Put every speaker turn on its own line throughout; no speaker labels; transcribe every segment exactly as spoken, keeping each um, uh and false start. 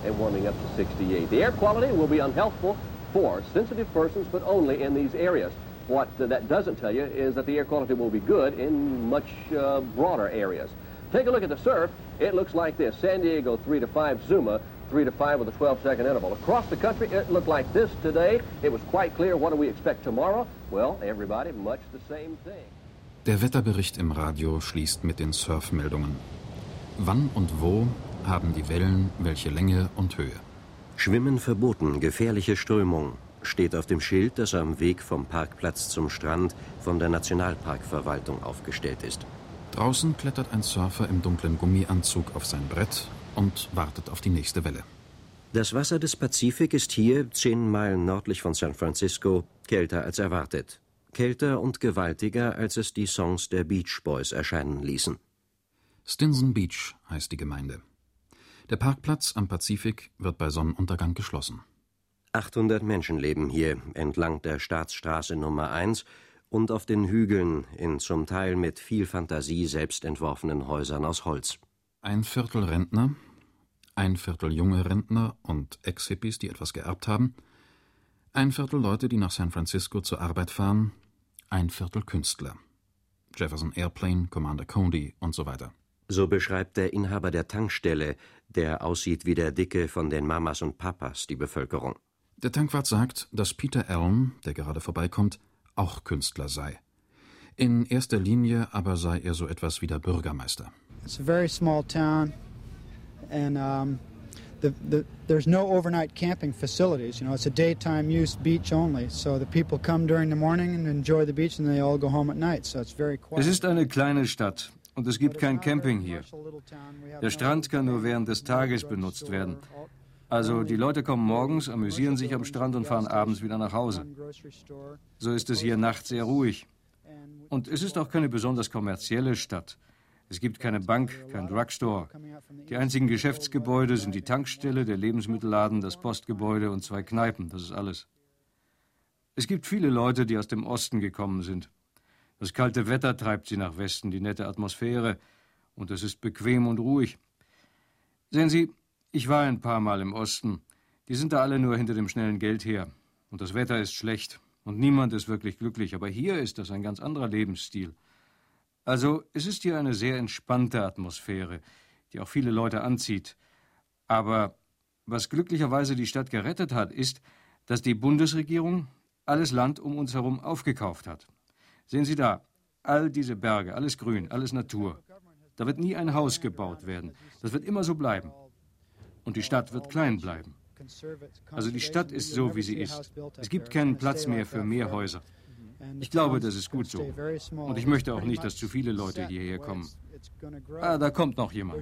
and warming up to sixty-eight. The air quality will be unhealthful for sensitive persons, but only in these areas. What uh, that doesn't tell you is that the air quality will be good in much uh, broader areas. Take a look at the surf. It looks like this. San Diego, three to five. Zuma, three to five with a twelve-second interval. Across the country, it looked like this today. It was quite clear. What do we expect tomorrow? Well, everybody, much the same thing.
Der Wetterbericht im Radio schließt mit den Surfmeldungen. Wann und wo haben die Wellen welche Länge und Höhe?
Schwimmen verboten, gefährliche Strömung, steht auf dem Schild, das am Weg vom Parkplatz zum Strand von der Nationalparkverwaltung aufgestellt ist.
Draußen klettert ein Surfer im dunklen Gummianzug auf sein Brett und wartet auf die nächste Welle.
Das Wasser des Pazifik ist hier, zehn Meilen nördlich von San Francisco, kälter als erwartet. Kälter und gewaltiger, als es die Songs der Beach Boys erscheinen ließen.
Stinson Beach heißt die Gemeinde. Der Parkplatz am Pazifik wird bei Sonnenuntergang geschlossen.
achthundert Menschen leben hier entlang der Staatsstraße Nummer eins und auf den Hügeln in zum Teil mit viel Fantasie selbst entworfenen Häusern aus Holz.
Ein Viertel Rentner, ein Viertel junge Rentner und Ex-Hippies, die etwas geerbt haben, ein Viertel Leute, die nach San Francisco zur Arbeit fahren, ein Viertel Künstler. Jefferson Airplane, Commander Cody und so weiter.
So beschreibt der Inhaber der Tankstelle, der aussieht wie der Dicke von den Mamas und Papas, die Bevölkerung.
Der Tankwart sagt, dass Peter Allen, der gerade vorbeikommt, auch Künstler sei. In erster Linie aber sei er so etwas wie der Bürgermeister.
It's a very small town and um, the, the, there's no overnight camping facilities. You know, it's a daytime use beach only. So the people come during the morning and enjoy the beach and they all go home at night. So it's very quiet.
Es ist eine kleine Stadt und es gibt kein Camping hier. Der Strand kann nur während des Tages benutzt werden. Also die Leute kommen morgens, amüsieren sich am Strand und fahren abends wieder nach Hause. So ist es hier nachts sehr ruhig. Und es ist auch keine besonders kommerzielle Stadt. Es gibt keine Bank, kein Drugstore. Die einzigen Geschäftsgebäude sind die Tankstelle, der Lebensmittelladen, das Postgebäude und zwei Kneipen. Das ist alles. Es gibt viele Leute, die aus dem Osten gekommen sind. Das kalte Wetter treibt sie nach Westen, die nette Atmosphäre. Und es ist bequem und ruhig. Sehen Sie, ich war ein paar Mal im Osten. Die sind da alle nur hinter dem schnellen Geld her. Und das Wetter ist schlecht. Und niemand ist wirklich glücklich. Aber hier ist das ein ganz anderer Lebensstil. Also, es ist hier eine sehr entspannte Atmosphäre, die auch viele Leute anzieht. Aber was glücklicherweise die Stadt gerettet hat, ist, dass die Bundesregierung alles Land um uns herum aufgekauft hat. Sehen Sie da, all diese Berge, alles Grün, alles Natur. Da wird nie ein Haus gebaut werden. Das wird immer so bleiben. Und die Stadt wird klein bleiben. Also die Stadt ist so, wie sie ist. Es gibt keinen Platz mehr für mehr Häuser. Ich glaube, das ist gut so. Und ich möchte auch nicht, dass zu viele Leute hierher kommen. Ah, da kommt noch jemand.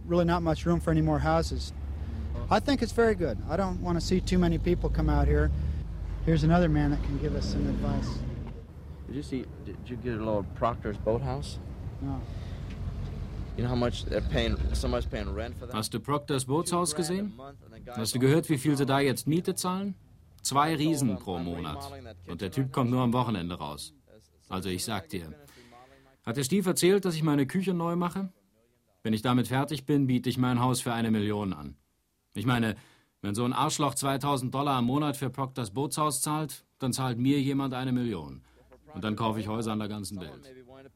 I think it's very good. I don't want to see too many people come out here. Here's another man that can give us some advice.
Did you see, did you get a little Proctor's Boathouse?
No.
You know how much they're paying, somebody's paying rent for that?
Hast du Proctor's Bootshaus gesehen? Hast du gehört, wie viel sie da jetzt Miete zahlen? Zwei Riesen pro Monat. Und der Typ kommt nur am Wochenende raus. Also ich sag dir. Hat der Steve erzählt, dass ich meine Küche neu mache? Wenn ich damit fertig bin, biete ich mein Haus für eine Million an. Ich meine, wenn so ein Arschloch zweitausend Dollar im Monat für Proctor's Bootshaus zahlt, dann zahlt mir jemand eine Million. Und dann kaufe ich Häuser an der ganzen Welt.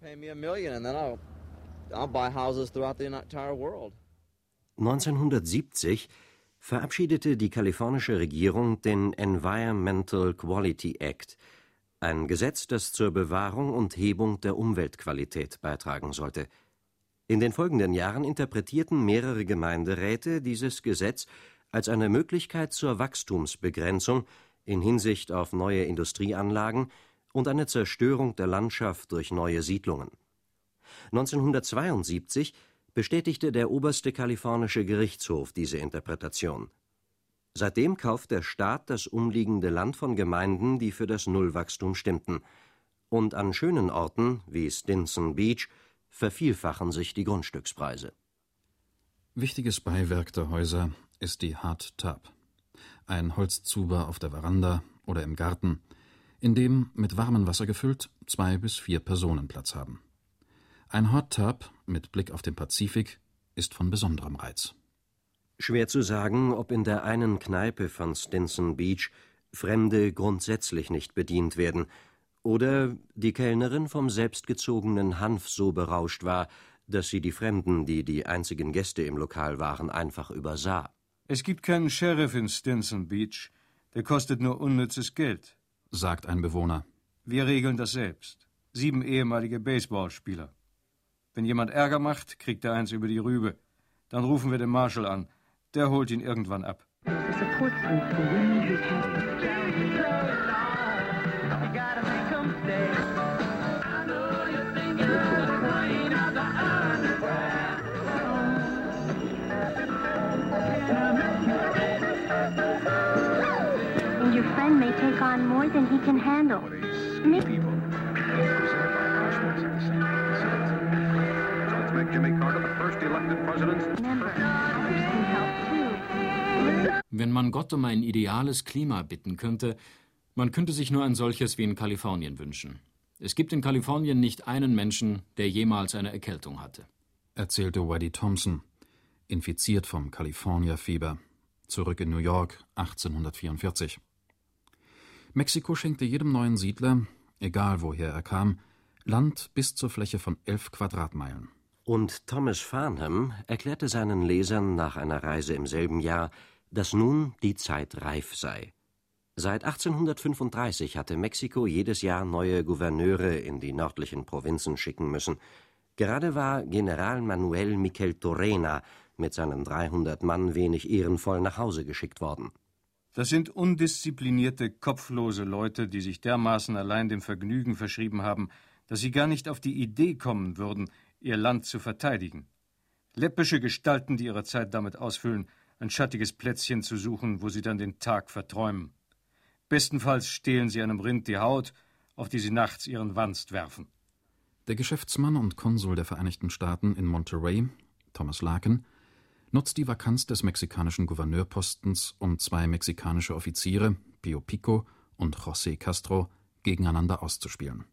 neunzehnhundertsiebzig verabschiedete die kalifornische Regierung den Environmental Quality Act, ein Gesetz, das zur Bewahrung und Hebung der Umweltqualität beitragen sollte. In den folgenden Jahren interpretierten mehrere Gemeinderäte dieses Gesetz als eine Möglichkeit zur Wachstumsbegrenzung in Hinsicht auf neue Industrieanlagen und eine Zerstörung der Landschaft durch neue Siedlungen. neunzehnhundertzweiundsiebzig bestätigte der oberste kalifornische Gerichtshof diese Interpretation. Seitdem kauft der Staat das umliegende Land von Gemeinden, die für das Nullwachstum stimmten. Und an schönen Orten wie Stinson Beach vervielfachen sich die Grundstückspreise.
Wichtiges Beiwerk der Häuser ist die Hot Tub. Ein Holzzuber auf der Veranda oder im Garten, in dem, mit warmem Wasser gefüllt, zwei bis vier Personen Platz haben. Ein Hot Tub mit Blick auf den Pazifik ist von besonderem Reiz.
Schwer zu sagen, ob in der einen Kneipe von Stinson Beach Fremde grundsätzlich nicht bedient werden oder die Kellnerin vom selbstgezogenen Hanf so berauscht war, dass sie die Fremden, die die einzigen Gäste im Lokal waren, einfach übersah.
Es gibt keinen Sheriff in Stinson Beach. Der kostet nur unnützes Geld,
sagt ein Bewohner.
Wir regeln das selbst. Sieben ehemalige Baseballspieler. Wenn jemand Ärger macht, kriegt er eins über die Rübe. Dann rufen wir den Marshal an. Der holt ihn irgendwann ab.
And your friend may take on more than he can handle. Make
Jimmy Carter the first elected president.
Remember, others can help too.
Wenn man Gott um ein ideales Klima bitten könnte, man könnte sich nur ein solches wie in Kalifornien wünschen. Es gibt in Kalifornien nicht einen Menschen, der jemals eine Erkältung hatte,
erzählte Waddy Thompson, infiziert vom California-Fieber, zurück in New York achtzehnhundertvierundvierzig. Mexiko schenkte jedem neuen Siedler, egal woher er kam, Land bis zur Fläche von elf Quadratmeilen.
Und Thomas Farnham erklärte seinen Lesern nach einer Reise im selben Jahr, dass nun die Zeit reif sei. Seit achtzehnhundertfünfunddreißig hatte Mexiko jedes Jahr neue Gouverneure in die nördlichen Provinzen schicken müssen. Gerade war General Manuel Miquel Torena mit seinen dreihundert Mann wenig ehrenvoll nach Hause geschickt worden.
Das sind undisziplinierte, kopflose Leute, die sich dermaßen allein dem Vergnügen verschrieben haben, dass sie gar nicht auf die Idee kommen würden, ihr Land zu verteidigen. Läppische Gestalten, die ihre Zeit damit ausfüllen, ein schattiges Plätzchen zu suchen, wo sie dann den Tag verträumen. Bestenfalls stehlen sie einem Rind die Haut, auf die sie nachts ihren Wanst werfen.
Der Geschäftsmann und Konsul der Vereinigten Staaten in Monterey, Thomas Larkin, nutzt die Vakanz des mexikanischen Gouverneurpostens, um zwei mexikanische Offiziere, Pio Pico und José Castro, gegeneinander auszuspielen.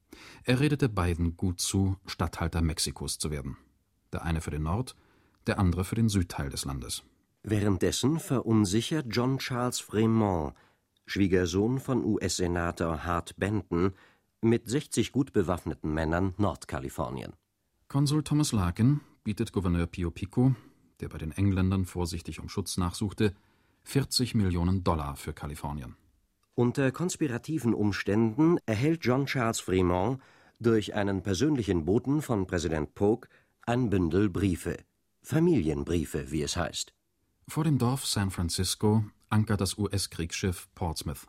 Er redete beiden gut zu, Statthalter Mexikos zu werden. Der eine für den Nord-, der andere für den Südteil des Landes.
Währenddessen verunsichert John Charles Fremont, Schwiegersohn von U S-Senator Hart Benton, mit sechzig gut bewaffneten Männern Nordkalifornien.
Konsul Thomas Larkin bietet Gouverneur Pio Pico, der bei den Engländern vorsichtig um Schutz nachsuchte, vierzig Millionen Dollar für Kalifornien.
Unter konspirativen Umständen erhält John Charles Fremont durch einen persönlichen Boten von Präsident Polk ein Bündel Briefe, Familienbriefe, wie es heißt.
Vor dem Dorf San Francisco ankert das U S-Kriegsschiff Portsmouth.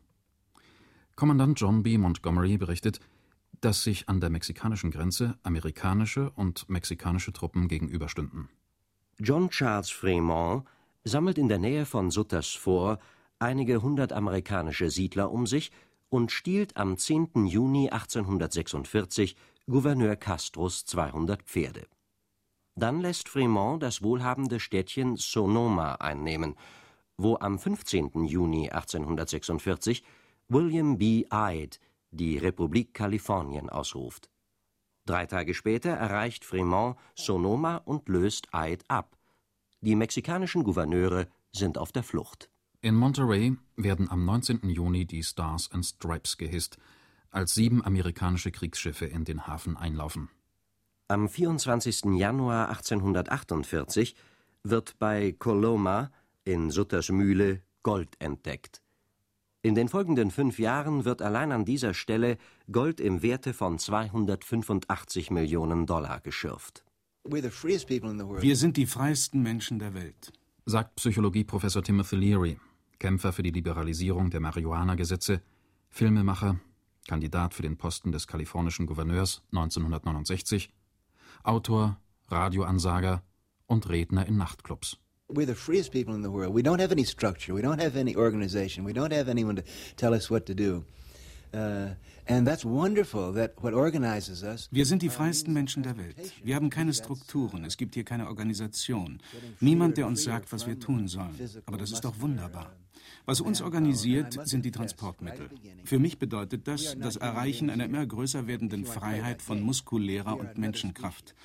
Kommandant John B. Montgomery berichtet, dass sich an der mexikanischen Grenze amerikanische und mexikanische Truppen gegenüberstünden.
John Charles Fremont sammelt in der Nähe von Sutter's Fort einige hundert amerikanische Siedler um sich und stiehlt am zehnten Juni achtzehnhundertsechsundvierzig Gouverneur Castros zweihundert Pferde. Dann lässt Fremont das wohlhabende Städtchen Sonoma einnehmen, wo am fünfzehnten Juni achtzehnhundertsechsundvierzig William B. Ide die Republik Kalifornien ausruft. Drei Tage später erreicht Fremont Sonoma und löst Ide ab. Die mexikanischen Gouverneure sind auf der Flucht.
In Monterey werden am neunzehnten Juni die Stars and Stripes gehisst, als sieben amerikanische Kriegsschiffe in den Hafen einlaufen.
Am vierundzwanzigsten Januar achtzehnhundertachtundvierzig wird bei Coloma in Sutters Mühle Gold entdeckt. In den folgenden fünf Jahren wird allein an dieser Stelle Gold im Werte von zweihundertfünfundachtzig Millionen Dollar geschürft.
Wir sind die freiesten Menschen der Welt,
sagt Psychologieprofessor Timothy Leary, Kämpfer für die Liberalisierung der Marihuana-Gesetze, Filmemacher, Kandidat für den Posten des kalifornischen Gouverneurs neunzehnhundertneunundsechzig, Autor, Radioansager und Redner in Nachtclubs.
We're the freest people in the world. We don't have any structure. We don't have any organization. We don't have anyone to tell us what to do. Uh, and that's wonderful that what organizes us.
Wir sind die freiesten Menschen der Welt. Wir haben keine Strukturen. Es gibt hier keine Organisation. Niemand, der uns sagt, was wir tun sollen. Aber das ist doch wunderbar. Was uns organisiert, sind die Transportmittel. Für mich bedeutet das das Erreichen einer immer größer werdenden Freiheit von muskulärer und Menschenkraft.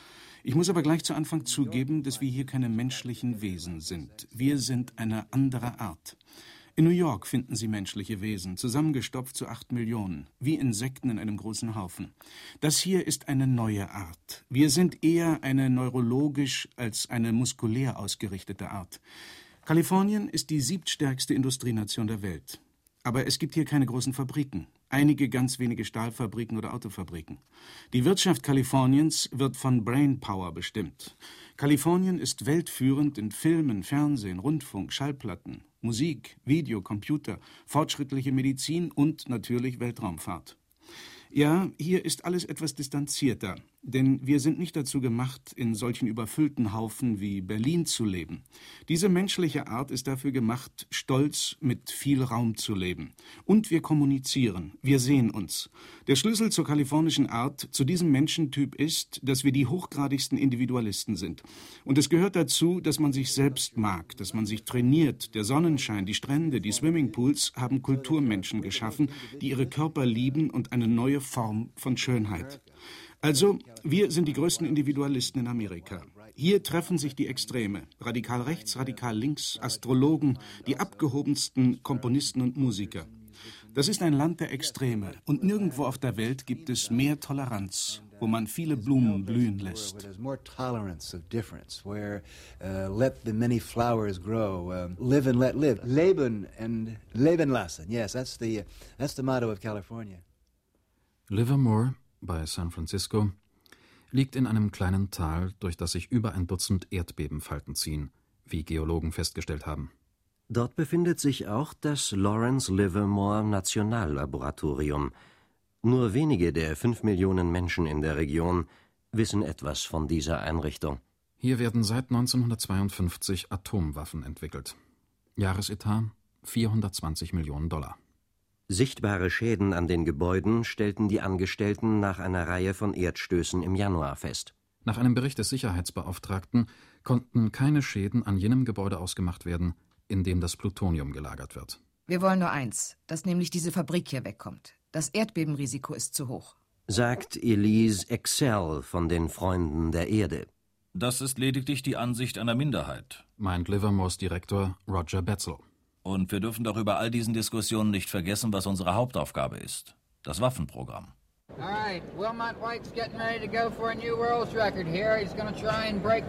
Ich muss aber gleich zu Anfang zugeben, dass wir hier keine menschlichen Wesen sind. Wir sind eine andere Art. In New York finden Sie menschliche Wesen, zusammengestopft zu acht Millionen, wie Insekten in einem großen Haufen. Das hier ist eine neue Art. Wir sind eher eine neurologisch als eine muskulär ausgerichtete Art. Kalifornien ist die siebtstärkste Industrienation der Welt. Aber es gibt hier keine großen Fabriken. Einige ganz wenige Stahlfabriken oder Autofabriken. Die Wirtschaft Kaliforniens wird von Brainpower bestimmt. Kalifornien ist weltführend in Filmen, Fernsehen, Rundfunk, Schallplatten, Musik, Video, Computer, fortschrittliche Medizin und natürlich Weltraumfahrt. Ja, hier ist alles etwas distanzierter, denn wir sind nicht dazu gemacht, in solchen überfüllten Haufen wie Berlin zu leben. Diese menschliche Art ist dafür gemacht, stolz mit viel Raum zu leben. Und wir kommunizieren, wir sehen uns. Der Schlüssel zur kalifornischen Art, zu diesem Menschentyp ist, dass wir die hochgradigsten Individualisten sind. Und es gehört dazu, dass man sich selbst mag, dass man sich trainiert. Der Sonnenschein, die Strände, die Swimmingpools haben Kulturmenschen geschaffen, die ihre Körper lieben und eine neue Form von Schönheit. Also, wir sind die größten Individualisten in Amerika. Hier treffen sich die Extreme, radikal rechts, radikal links, Astrologen, die abgehobensten Komponisten und Musiker. Das ist ein Land der Extreme und nirgendwo auf der Welt gibt es mehr Toleranz, wo man viele Blumen blühen lässt.
Leben and leben lassen. Yes, that's the that's the motto of California.
Livermore bei San Francisco liegt in einem kleinen Tal, durch das sich über ein Dutzend Erdbebenfalten ziehen, wie Geologen festgestellt haben.
Dort befindet sich auch das Lawrence Livermore Nationallaboratorium. Nur wenige der fünf Millionen Menschen in der Region wissen etwas von dieser Einrichtung.
Hier werden seit neunzehnhundertzweiundfünfzig Atomwaffen entwickelt. Jahresetat vierhundertzwanzig Millionen Dollar.
Sichtbare Schäden an den Gebäuden stellten die Angestellten nach einer Reihe von Erdstößen im Januar fest.
Nach einem Bericht des Sicherheitsbeauftragten konnten keine Schäden an jenem Gebäude ausgemacht werden, in dem das Plutonium gelagert wird.
Wir wollen nur eins, dass nämlich diese Fabrik hier wegkommt. Das Erdbebenrisiko ist zu hoch,
sagt Elise Excel von den Freunden der Erde.
Das ist lediglich die Ansicht einer Minderheit,
meint Livermores Direktor Roger Betzel.
Und wir dürfen doch über all diesen Diskussionen nicht vergessen, was unsere Hauptaufgabe ist. Das Waffenprogramm.
All right, Wilmot White's getting ready to go for a new world's record here. He's going to try and break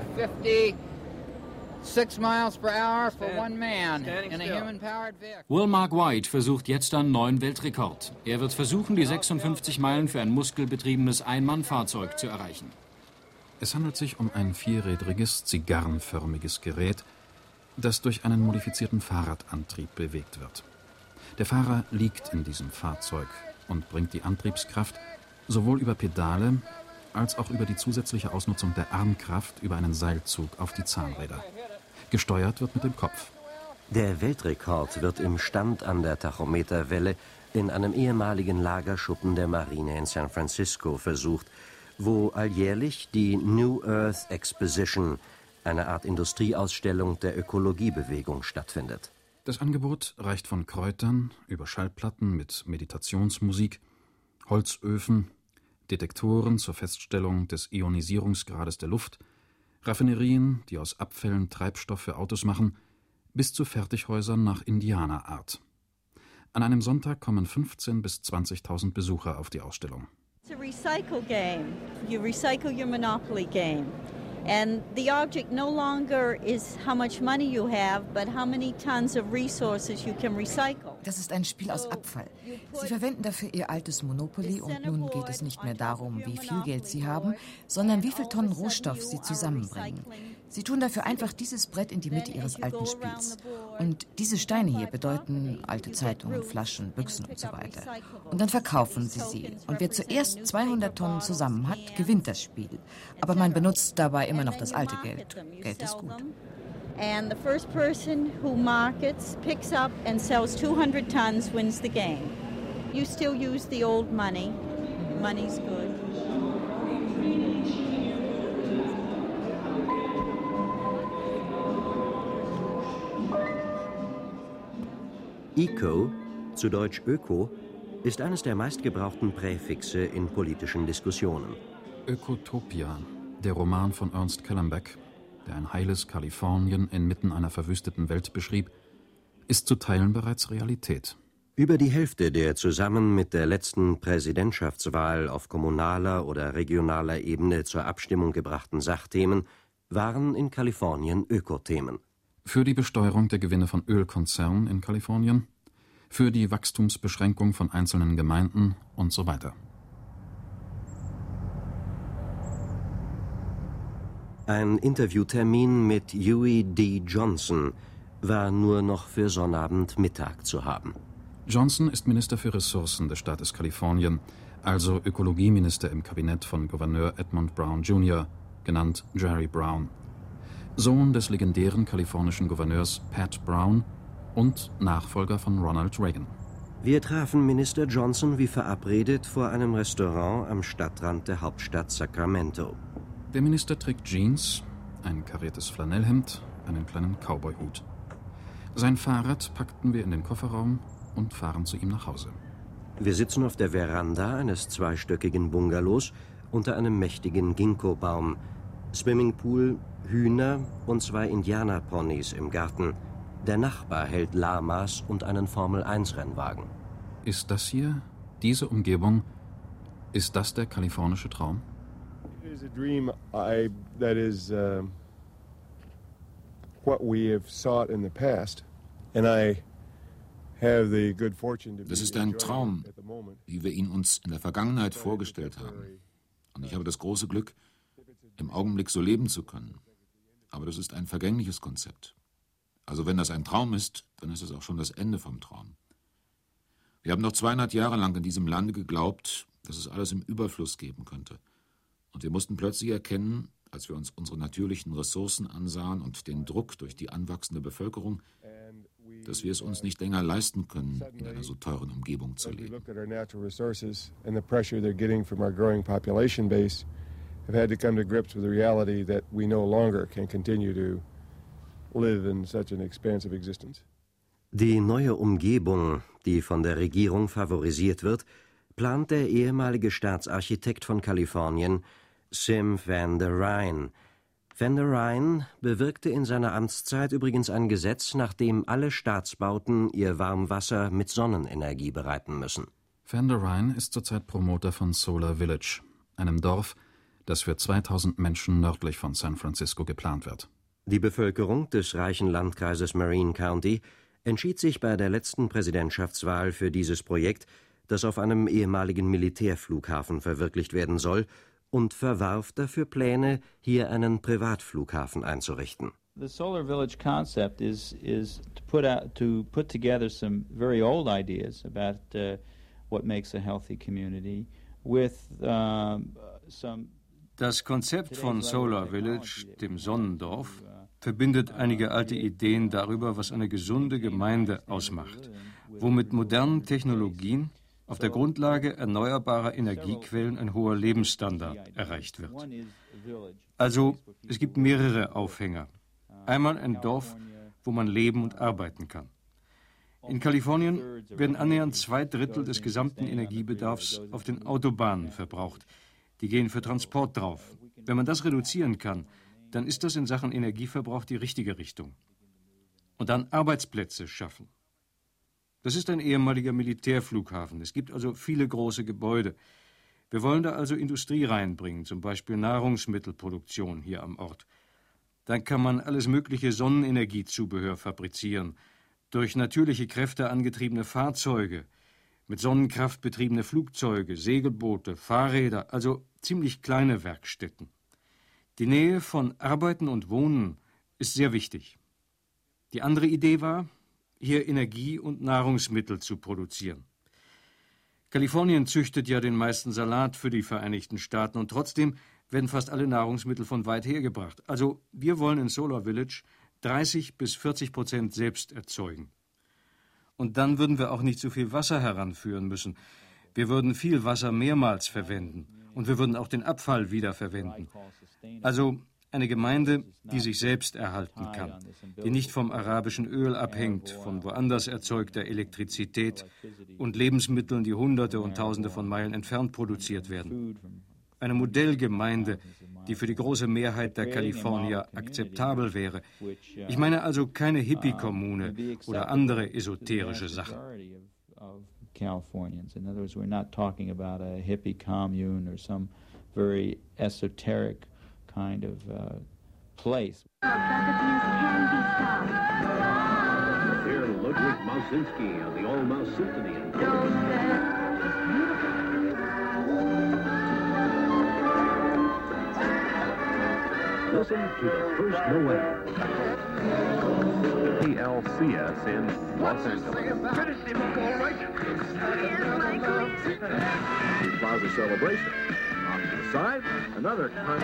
fifty-six miles per hour for one man in a human-powered vehicle.
Wilmark White versucht jetzt einen neuen Weltrekord. Er wird versuchen, die sechsundfünfzig Meilen für ein muskelbetriebenes Ein-Mann-Fahrzeug zu erreichen.
Es handelt sich um ein vierrädriges, zigarrenförmiges Gerät, das durch einen modifizierten Fahrradantrieb bewegt wird. Der Fahrer liegt in diesem Fahrzeug und bringt die Antriebskraft sowohl über Pedale als auch über die zusätzliche Ausnutzung der Armkraft über einen Seilzug auf die Zahnräder. Gesteuert wird mit dem Kopf.
Der Weltrekord wird im Stand an der Tachometerwelle in einem ehemaligen Lagerschuppen der Marine in San Francisco versucht, wo alljährlich die New Earth Exposition, eine Art Industrieausstellung der Ökologiebewegung, stattfindet.
Das Angebot reicht von Kräutern über Schallplatten mit Meditationsmusik, Holzöfen, Detektoren zur Feststellung des Ionisierungsgrades der Luft, Raffinerien, die aus Abfällen Treibstoff für Autos machen, bis zu Fertighäusern nach Indianerart. An einem Sonntag kommen fünfzehntausend bis zwanzigtausend Besucher auf die Ausstellung.
It's a recycle game. You recycle your Monopoly game. And the object no longer is how much money you have, but how many tons of resources you can recycle.
Das ist ein Spiel aus Abfall. Sie verwenden dafür Ihr altes Monopoly und nun geht es nicht mehr darum, wie viel Geld Sie haben, sondern wie viel Tonnen Rohstoff Sie zusammenbringen. Sie tun dafür einfach dieses Brett in die Mitte Ihres alten Spiels. Und diese Steine hier bedeuten alte Zeitungen, Flaschen, Büchsen und so weiter. Und dann verkaufen Sie sie. Und wer zuerst zweihundert Tonnen zusammen hat, gewinnt das Spiel. Aber man benutzt dabei immer noch das alte Geld. Geld ist gut.
And the first person who markets, picks up and sells two hundred tons wins the game. You still use the old money. Money's good.
Eco, zu Deutsch Öko, ist eines der meistgebrauchten Präfixe in politischen Diskussionen.
Ökotopia, der Roman von Ernst Kellenbeck, der ein heiles Kalifornien inmitten einer verwüsteten Welt beschrieb, ist zu Teilen bereits Realität.
Über die Hälfte der zusammen mit der letzten Präsidentschaftswahl auf kommunaler oder regionaler Ebene zur Abstimmung gebrachten Sachthemen waren in Kalifornien Ökothemen.
Für die Besteuerung der Gewinne von Ölkonzernen in Kalifornien, für die Wachstumsbeschränkung von einzelnen Gemeinden und so weiter.
Ein Interviewtermin mit Huey D. Johnson war nur noch für Sonnabend Mittag zu haben.
Johnson ist Minister für Ressourcen des Staates Kalifornien, also Ökologieminister im Kabinett von Gouverneur Edmund Brown Junior, genannt Jerry Brown. Sohn des legendären kalifornischen Gouverneurs Pat Brown und Nachfolger von Ronald Reagan.
Wir trafen Minister Johnson wie verabredet vor einem Restaurant am Stadtrand der Hauptstadt Sacramento.
Der Minister trägt Jeans, ein kariertes Flanellhemd, einen kleinen Cowboyhut. Sein Fahrrad packten wir in den Kofferraum und fahren zu ihm nach Hause.
Wir sitzen auf der Veranda eines zweistöckigen Bungalows unter einem mächtigen Ginkgo-Baum. Swimmingpool, Hühner und zwei Indianerponys im Garten. Der Nachbar hält Lamas und einen Formel eins Rennwagen.
Ist das hier, diese Umgebung, ist das der kalifornische Traum?
It is a dream I, that is uh, what we have sought in the past, and I have the good fortune to be.
Das ist ein Traum, wie wir ihn uns in der Vergangenheit vorgestellt haben. Und ich habe das große Glück, im Augenblick so leben zu können. Aber das ist ein vergängliches Konzept. Also wenn das ein Traum ist, dann ist es auch schon das Ende vom Traum. Wir haben noch zweihundert Jahre lang in diesem Lande geglaubt, dass es alles im Überfluss geben könnte. Und wir mussten plötzlich erkennen, als wir uns unsere natürlichen Ressourcen ansahen und den Druck durch die anwachsende Bevölkerung, dass wir es uns nicht länger leisten können, in einer so teuren Umgebung zu leben.
Have had to come to grips with the reality that we no longer can continue to live in such an expansive existence.
Die neue Umgebung, die von der Regierung favorisiert wird, plant der ehemalige Staatsarchitekt von Kalifornien, Sim Van der Ryn. Van der Ryn bewirkte in seiner Amtszeit übrigens ein Gesetz, nach dem alle Staatsbauten ihr Warmwasser mit Sonnenenergie bereiten müssen.
Van der Ryn ist zurzeit Promoter von Solar Village, einem Dorf, das für zweitausend Menschen nördlich von San Francisco geplant wird.
Die Bevölkerung des reichen Landkreises Marin County entschied sich bei der letzten Präsidentschaftswahl für dieses Projekt, das auf einem ehemaligen Militärflughafen verwirklicht werden soll, und verwarf dafür Pläne, hier einen Privatflughafen einzurichten.
The Solar Village concept is is to put out to put together some very old ideas about uh, what makes a healthy community with um, some.
Das Konzept von Solar Village, dem Sonnendorf, verbindet einige alte Ideen darüber, was eine gesunde Gemeinde ausmacht, wo mit modernen Technologien auf der Grundlage erneuerbarer Energiequellen ein hoher Lebensstandard erreicht wird. Also, es gibt mehrere Aufhänger. Einmal ein Dorf, wo man leben und arbeiten kann. In Kalifornien werden annähernd zwei Drittel des gesamten Energiebedarfs auf den Autobahnen verbraucht. Die gehen für Transport drauf. Wenn man das reduzieren kann, dann ist das in Sachen Energieverbrauch die richtige Richtung. Und dann Arbeitsplätze schaffen. Das ist ein ehemaliger Militärflughafen. Es gibt also viele große Gebäude. Wir wollen da also Industrie reinbringen, zum Beispiel Nahrungsmittelproduktion hier am Ort. Dann kann man alles mögliche Sonnenenergiezubehör fabrizieren, durch natürliche Kräfte angetriebene Fahrzeuge, mit Sonnenkraft betriebene Flugzeuge, Segelboote, Fahrräder, also ziemlich kleine Werkstätten. Die Nähe von Arbeiten und Wohnen ist sehr wichtig. Die andere Idee war, hier Energie und Nahrungsmittel zu produzieren. Kalifornien züchtet ja den meisten Salat für die Vereinigten Staaten und trotzdem werden fast alle Nahrungsmittel von weit her gebracht. Also wir wollen in Solar Village dreißig bis vierzig Prozent selbst erzeugen. Und dann würden wir auch nicht so viel Wasser heranführen müssen. Wir würden viel Wasser mehrmals verwenden und wir würden auch den Abfall wiederverwenden. Also eine Gemeinde, die sich selbst erhalten kann, die nicht vom arabischen Öl abhängt, von woanders erzeugter Elektrizität und Lebensmitteln, die Hunderte und Tausende von Meilen entfernt produziert werden. Eine Modellgemeinde, die für die große Mehrheit der Kalifornier akzeptabel wäre. Ich meine also keine Hippie-Kommune oder andere esoterische Sachen.
Californians. In other words, we're not talking about a hippie commune or some very esoteric kind of uh, place.
Hear Ludwig Mausinski on the All-Mouse Symphony. Listen to the first Noel. P L C S in Los Angeles.
Finish him, all right.
Plaza celebration. Off to the side, another time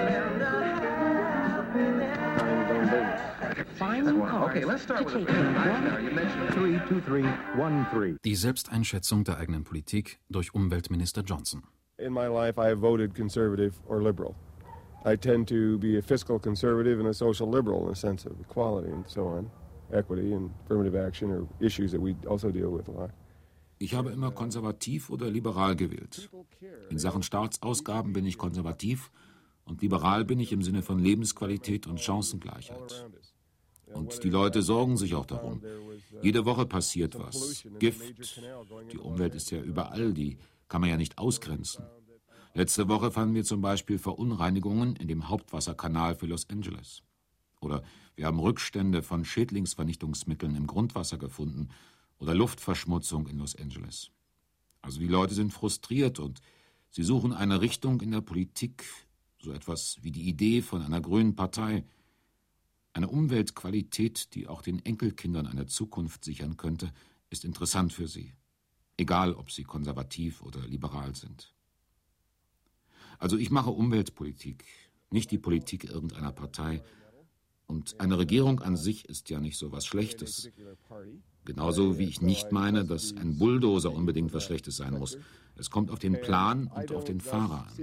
zone business.
Fine cars. Okay, let's start with a now. You mentioned three two three one three.
Die Selbsteinschätzung der eigenen Politik durch Umweltminister Johnson.
In my life, I have voted conservative or liberal. I tend to be a fiscal conservative and a social liberal in a sense of equality and so on, equity and affirmative action are issues that we also deal with a lot.
Ich habe immer konservativ oder liberal gewählt. In Sachen Staatsausgaben bin ich konservativ und liberal bin ich im Sinne von Lebensqualität und Chancengleichheit. Und die Leute sorgen sich auch darum. Jede Woche passiert was. Gift, die Umwelt ist ja überall, die kann man ja nicht ausgrenzen. Letzte Woche fanden wir zum Beispiel Verunreinigungen in dem Hauptwasserkanal für Los Angeles. Oder wir haben Rückstände von Schädlingsvernichtungsmitteln im Grundwasser gefunden oder Luftverschmutzung in Los Angeles. Also die Leute sind frustriert und sie suchen eine Richtung in der Politik, so etwas wie die Idee von einer grünen Partei, eine Umweltqualität, die auch den Enkelkindern eine Zukunft sichern könnte, ist interessant für sie, egal ob sie konservativ oder liberal sind. Also ich mache Umweltpolitik, nicht die Politik irgendeiner Partei. Und eine Regierung an sich ist ja nicht so was Schlechtes. Genauso wie ich nicht meine, dass ein Bulldozer unbedingt was Schlechtes sein muss. Es kommt auf den Plan und auf den Fahrer an.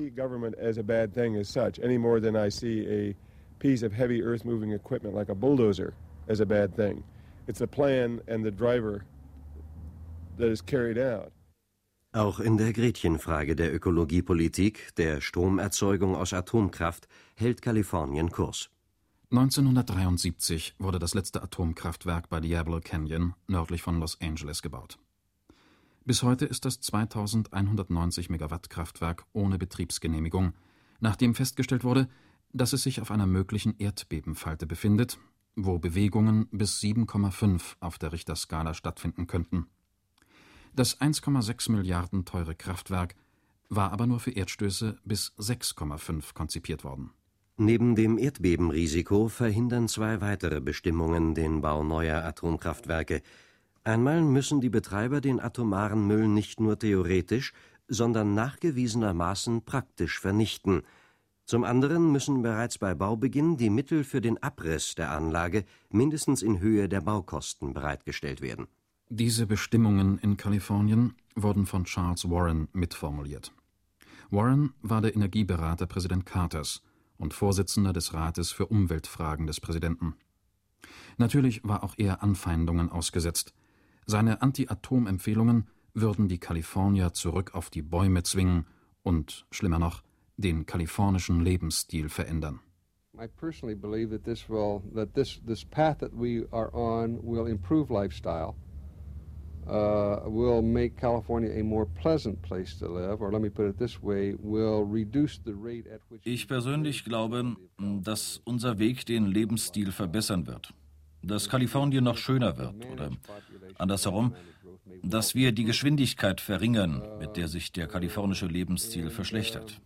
Piece of heavy earth-moving equipment like a bulldozer as a bad thing. It's the plan and the driver that is carried out.
Auch in der Gretchenfrage der Ökologiepolitik, der Stromerzeugung aus Atomkraft, hält Kalifornien Kurs.
neunzehnhundertdreiundsiebzig wurde das letzte Atomkraftwerk bei Diablo Canyon nördlich von Los Angeles gebaut. Bis heute ist das zweitausendeinhundertneunzig Megawatt Kraftwerk ohne Betriebsgenehmigung, nachdem festgestellt wurde, dass es sich auf einer möglichen Erdbebenfalte befindet, wo Bewegungen bis sieben Komma fünf auf der Richterskala stattfinden könnten. Das eins Komma sechs Milliarden teure Kraftwerk war aber nur für Erdstöße bis sechs Komma fünf konzipiert worden.
Neben dem Erdbebenrisiko verhindern zwei weitere Bestimmungen den Bau neuer Atomkraftwerke. Einmal müssen die Betreiber den atomaren Müll nicht nur theoretisch, sondern nachgewiesenermaßen praktisch vernichten. Zum anderen müssen bereits bei Baubeginn die Mittel für den Abriss der Anlage mindestens in Höhe der Baukosten bereitgestellt werden.
Diese Bestimmungen in Kalifornien wurden von Charles Warren mitformuliert. Warren war der Energieberater Präsident Carters und Vorsitzender des Rates für Umweltfragen des Präsidenten. Natürlich war auch er Anfeindungen ausgesetzt. Seine Anti-Atom-Empfehlungen würden die Kalifornier zurück auf die Bäume zwingen und, schlimmer noch, den kalifornischen Lebensstil verändern.
I personally believe that this will that this this path that we are on will improve lifestyle. Uh, will make California a more pleasant place to live, or let me put it this way, will reduce the rate at which.
Ich persönlich glaube, dass unser Weg den Lebensstil verbessern wird, dass Kalifornien noch schöner wird oder andersherum, dass wir die Geschwindigkeit verringern, mit der sich der kalifornische Lebensstil verschlechtert.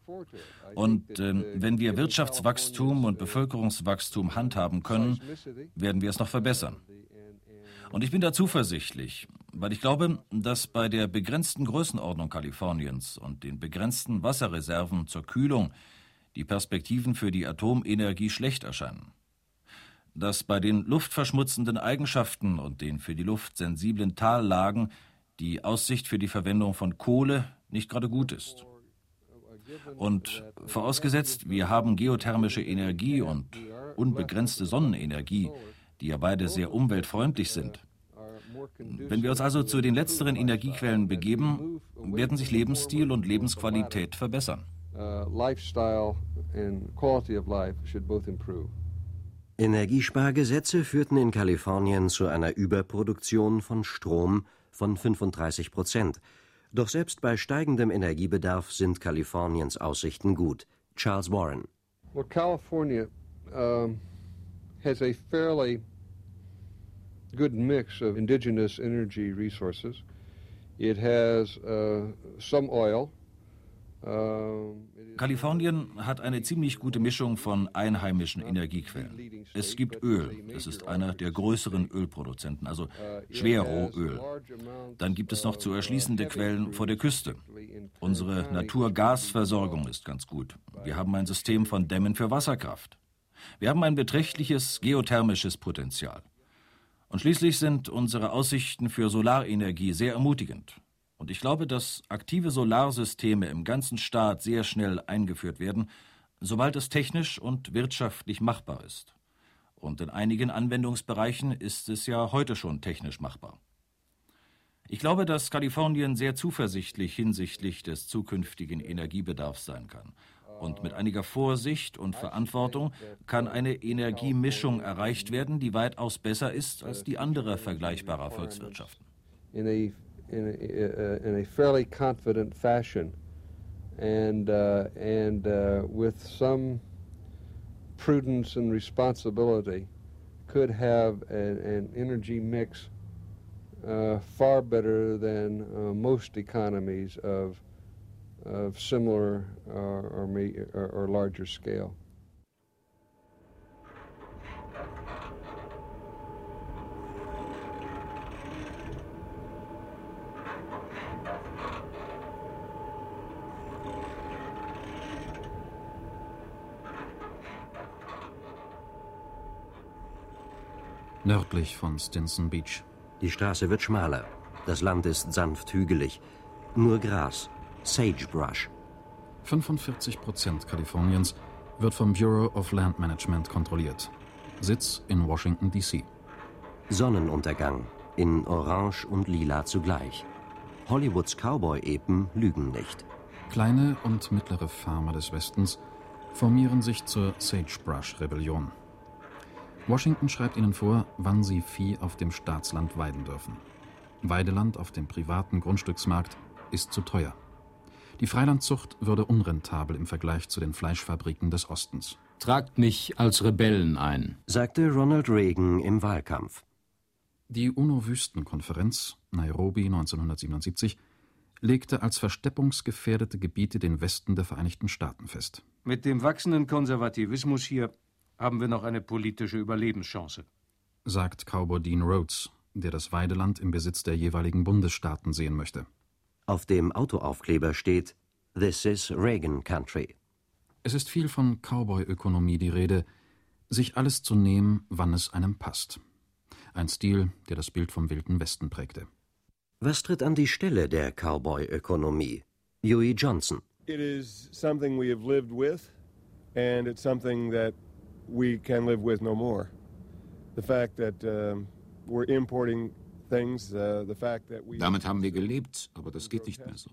Und äh, wenn wir Wirtschaftswachstum und Bevölkerungswachstum handhaben können, werden wir es noch verbessern. Und ich bin da zuversichtlich, weil ich glaube, dass bei der begrenzten Größenordnung Kaliforniens und den begrenzten Wasserreserven zur Kühlung die Perspektiven für die Atomenergie schlecht erscheinen. Dass bei den luftverschmutzenden Eigenschaften und den für die Luft sensiblen Tallagen die Aussicht für die Verwendung von Kohle nicht gerade gut ist. Und vorausgesetzt, wir haben geothermische Energie und unbegrenzte Sonnenenergie, die ja beide sehr umweltfreundlich sind. Wenn wir uns also zu den letzteren Energiequellen begeben, werden sich Lebensstil und Lebensqualität verbessern.
uh, lifestyle and quality of life should both improve.
Energiespargesetze führten in Kalifornien zu einer Überproduktion von Strom von fünfunddreißig Prozent. Doch selbst bei steigendem Energiebedarf sind Kaliforniens Aussichten gut. Charles Warren.
Well, California um, has a fairly good mix of indigenous energy resources. It has uh, some oil.
Kalifornien hat eine ziemlich gute Mischung von einheimischen Energiequellen. Es gibt Öl, es ist einer der größeren Ölproduzenten, also Schwerrohöl. Dann gibt es noch zu erschließende Quellen vor der Küste. Unsere Naturgasversorgung ist ganz gut. Wir haben ein System von Dämmen für Wasserkraft. Wir haben ein beträchtliches geothermisches Potenzial. Und schließlich sind unsere Aussichten für Solarenergie sehr ermutigend. Und ich glaube, dass aktive Solarsysteme im ganzen Staat sehr schnell eingeführt werden, sobald es technisch und wirtschaftlich machbar ist. Und in einigen Anwendungsbereichen ist es ja heute schon technisch machbar. Ich glaube, dass Kalifornien sehr zuversichtlich hinsichtlich des zukünftigen Energiebedarfs sein kann. Und mit einiger Vorsicht und Verantwortung kann eine Energiemischung erreicht werden, die weitaus besser ist als die anderer vergleichbarer Volkswirtschaften.
In a In a, uh, in a fairly confident fashion, and uh, and uh, with some prudence and responsibility, could have an, an energy mix uh, far better than uh, most economies of of similar uh, or, or, or larger scale.
Nördlich von Stinson Beach.
Die Straße wird schmaler. Das Land ist sanft hügelig. Nur Gras, Sagebrush.
fünfundvierzig Prozent Kaliforniens wird vom Bureau of Land Management kontrolliert. Sitz in Washington, D C
Sonnenuntergang, in Orange und Lila zugleich. Hollywoods Cowboy-Epen lügen nicht.
Kleine und mittlere Farmer des Westens formieren sich zur Sagebrush-Rebellion. Washington schreibt ihnen vor, wann sie Vieh auf dem Staatsland weiden dürfen. Weideland auf dem privaten Grundstücksmarkt ist zu teuer. Die Freilandzucht würde unrentabel im Vergleich zu den Fleischfabriken des Ostens.
Tragt mich als Rebellen ein,
sagte Ronald Reagan im Wahlkampf.
Die UNO-Wüstenkonferenz, Nairobi neunzehnhundertsiebenundsiebzig, legte als versteppungsgefährdete Gebiete den Westen der Vereinigten Staaten fest.
Mit dem wachsenden Konservativismus hier haben wir noch eine politische Überlebenschance,
sagt Cowboy Dean Rhodes, der das Weideland im Besitz der jeweiligen Bundesstaaten sehen möchte.
Auf dem Autoaufkleber steht "This is Reagan Country".
Es ist viel von Cowboy-Ökonomie die Rede, sich alles zu nehmen, wann es einem passt. Ein Stil, der das Bild vom Wilden Westen prägte.
Was tritt an die Stelle der Cowboy-Ökonomie? Huey Johnson.
It is something we have lived with, and it's something that we can live with no more. The fact that um, we're importing things, uh, the fact that we...
Damit haben wir gelebt, aber das geht nicht mehr so.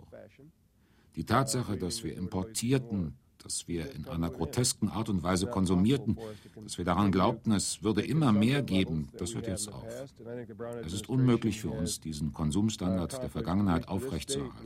Die Tatsache, dass wir importierten, dass wir in einer grotesken Art und Weise konsumierten, dass wir daran glaubten, es würde immer mehr geben, das hört jetzt auf. Es ist unmöglich für uns, diesen Konsumstandard der Vergangenheit aufrechtzuerhalten.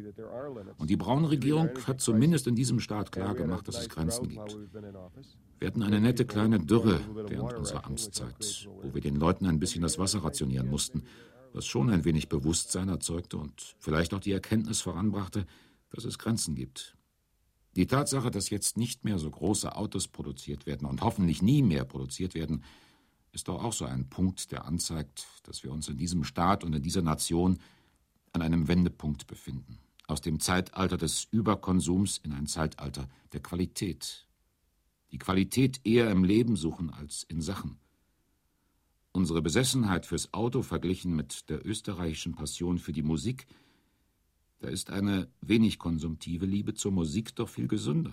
Und die braune Regierung hat zumindest in diesem Staat klargemacht, dass es Grenzen gibt. Wir hatten eine nette kleine Dürre während unserer Amtszeit, wo wir den Leuten ein bisschen das Wasser rationieren mussten, was schon ein wenig Bewusstsein erzeugte und vielleicht auch die Erkenntnis voranbrachte, dass es Grenzen gibt. Die Tatsache, dass jetzt nicht mehr so große Autos produziert werden und hoffentlich nie mehr produziert werden, ist doch auch so ein Punkt, der anzeigt, dass wir uns in diesem Staat und in dieser Nation an einem Wendepunkt befinden. Aus dem Zeitalter des Überkonsums in ein Zeitalter der Qualität. Die Qualität eher im Leben suchen als in Sachen. Unsere Besessenheit fürs Auto verglichen mit der österreichischen Passion für die Musik, da ist eine wenig konsumtive Liebe zur Musik doch viel gesünder.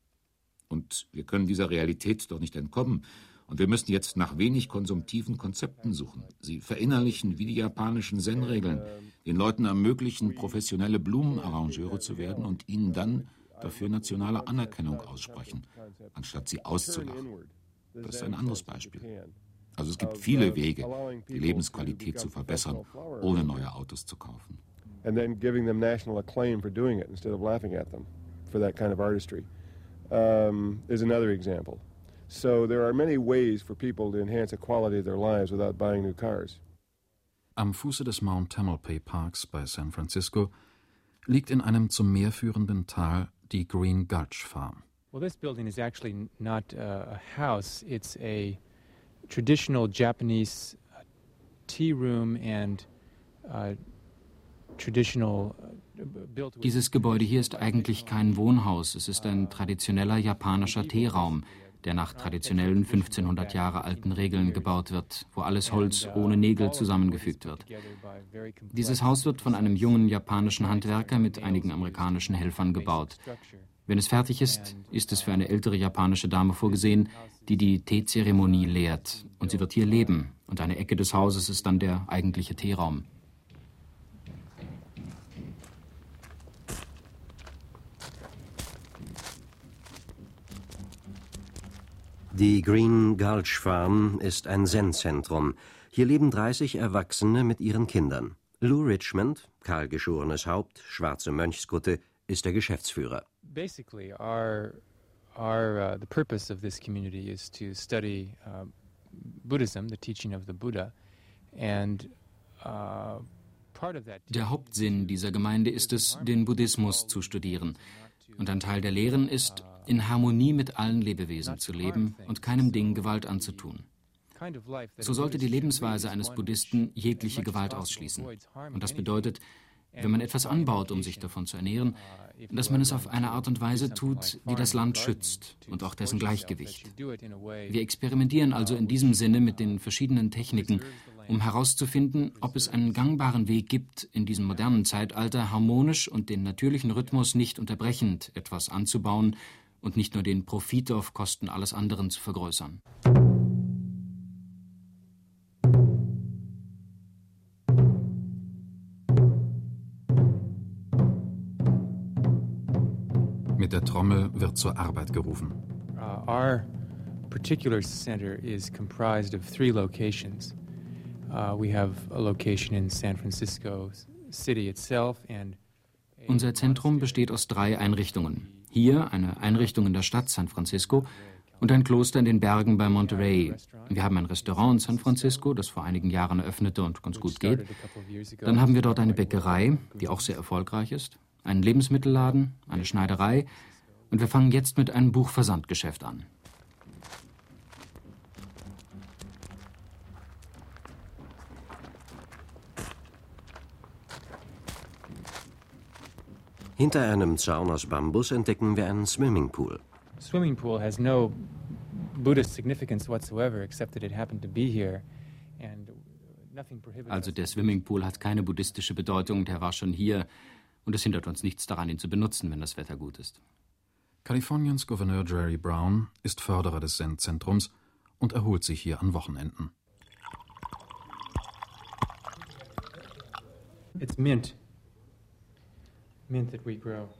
Und wir können dieser Realität doch nicht entkommen. Und wir müssen jetzt nach wenig konsumtiven Konzepten suchen. Sie verinnerlichen wie die japanischen Zen-Regeln, den Leuten ermöglichen, professionelle Blumenarrangeure zu werden und ihnen dann dafür nationale Anerkennung aussprechen, anstatt sie auszulachen. Das ist ein anderes Beispiel. Also es gibt viele Wege, die Lebensqualität zu verbessern, ohne neue Autos zu kaufen.
And then giving them national acclaim for doing it instead of laughing at them for that kind of artistry um, is another example. So there are many ways for people to enhance the quality of their lives without buying new cars.
Am Fuße des Mount Tamalpais Parks bei San Francisco liegt in einem zum Meer führenden Tal die Green Gulch Farm.
Well, this building is actually not uh, a house. It's a traditional Japanese uh, tea room and uh, traditional uh, built.
Dieses Gebäude hier ist eigentlich kein Wohnhaus. Es ist ein traditioneller japanischer Teeraum, der nach traditionellen fünfzehnhundert Jahre alten Regeln gebaut wird, wo alles Holz ohne Nägel zusammengefügt wird. Dieses Haus wird von einem jungen japanischen Handwerker mit einigen amerikanischen Helfern gebaut. Wenn es fertig ist, ist es für eine ältere japanische Dame vorgesehen, die die Teezeremonie lehrt. Und sie wird hier leben. Und eine Ecke des Hauses ist dann der eigentliche Teeraum.
Die Green Gulch Farm ist ein Zen-Zentrum. Hier leben dreißig Erwachsene mit ihren Kindern. Lou Richmond, kahlgeschorenes Haupt, schwarze Mönchskutte, ist der Geschäftsführer.
Basically, our our uh, the purpose of this community is to study uh, Buddhism, the teaching of the Buddha, and uh, part of that.
Der Hauptsinn dieser Gemeinde ist es, den Buddhismus zu studieren. Und ein Teil der Lehren ist, in Harmonie mit allen Lebewesen zu leben und keinem Ding Gewalt anzutun. So sollte die Lebensweise eines Buddhisten jegliche Gewalt ausschließen. Und das bedeutet, wenn man etwas anbaut, um sich davon zu ernähren, dass man es auf eine Art und Weise tut, die das Land schützt und auch dessen Gleichgewicht. Wir experimentieren also in diesem Sinne mit den verschiedenen Techniken, um herauszufinden, ob es einen gangbaren Weg gibt, in diesem modernen Zeitalter harmonisch und den natürlichen Rhythmus nicht unterbrechend etwas anzubauen und nicht nur den Profit auf Kosten alles anderen zu vergrößern.
Mit der Trommel wird zur Arbeit gerufen.
Uh, our particular center is comprised of three locations. Uh, we have a location in San Francisco City itself and
Unser Zentrum besteht aus drei Einrichtungen. Hier eine Einrichtung in der Stadt San Francisco und ein Kloster in den Bergen bei Monterey. Wir haben ein Restaurant in San Francisco, das vor einigen Jahren eröffnete und ganz gut geht. Dann haben wir dort eine Bäckerei, die auch sehr erfolgreich ist, einen Lebensmittelladen, eine Schneiderei und wir fangen jetzt mit einem Buchversandgeschäft an.
Hinter einem Zaun aus Bambus entdecken wir einen Swimmingpool.
Swimming pool has no Buddhist significance whatsoever, except that it happened to be here, and nothing prohibits.
Also der Swimmingpool hat keine buddhistische Bedeutung, der war schon hier und es hindert uns nichts daran, ihn zu benutzen, wenn das Wetter gut ist.
Kaliforniens Gouverneur Jerry Brown ist Förderer des Zen-Zentrums und erholt sich hier an Wochenenden.
It's mint. Mint that we grow.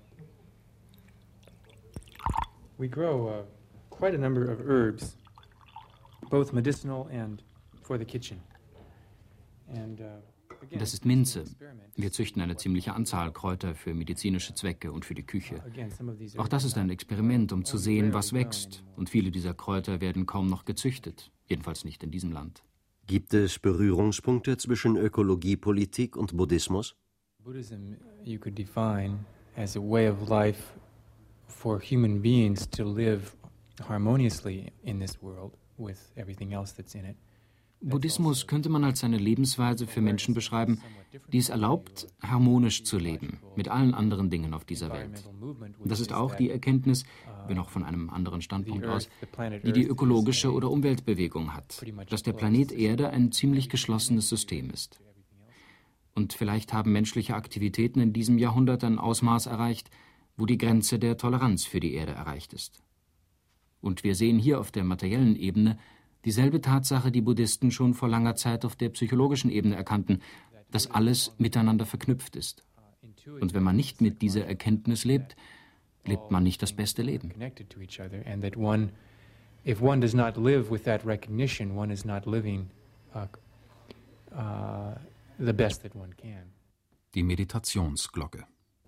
We grow uh, quite a number of herbs, both medicinal and for the kitchen. And, uh,
Das ist Minze. Wir züchten eine ziemliche Anzahl Kräuter für medizinische Zwecke und für die Küche. Auch das ist ein Experiment, um zu sehen, was wächst. Und viele dieser Kräuter werden kaum noch gezüchtet. Jedenfalls nicht in diesem Land.
Gibt es Berührungspunkte zwischen Ökologie, Politik und Buddhismus?
Buddhism you could define as a way of life for human beings to live harmoniously in this world with everything else that's in it.
Buddhismus könnte man als eine Lebensweise für Menschen beschreiben, die es erlaubt, harmonisch zu leben mit allen anderen Dingen auf dieser Welt. Und das ist auch die Erkenntnis, wenn auch von einem anderen Standpunkt aus, die die ökologische oder Umweltbewegung hat, dass der Planet Erde ein ziemlich geschlossenes System ist. Und vielleicht haben menschliche Aktivitäten in diesem Jahrhundert ein Ausmaß erreicht, wo die Grenze der Toleranz für die Erde erreicht ist. Und wir sehen hier auf der materiellen Ebene dieselbe Tatsache, die Buddhisten schon vor langer Zeit auf der psychologischen Ebene erkannten, dass alles miteinander verknüpft ist. Und wenn man nicht mit dieser Erkenntnis lebt, lebt man nicht das beste Leben.
Connected to each other, and that one, if one does not live with that recognition, one is not living uh, uh, the best that one can.
Die Meditationsglocke.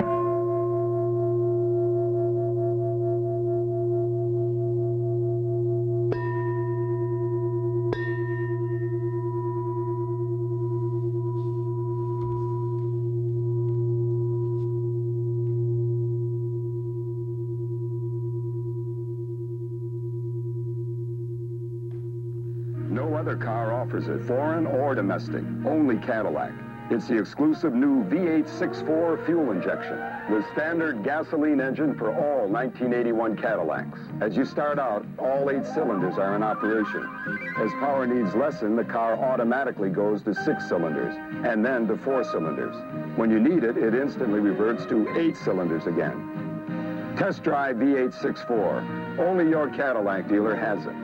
It, foreign or domestic, only Cadillac. It's the exclusive new V eight sixty-four fuel injection with standard gasoline engine for all nineteen eighty-one Cadillacs. As you start out, all eight cylinders are in operation. As power needs lessen, the car automatically goes to six cylinders and then to four cylinders. When you need it, it instantly reverts to eight cylinders again. Test drive V eight sixty-four. Only your Cadillac dealer has it.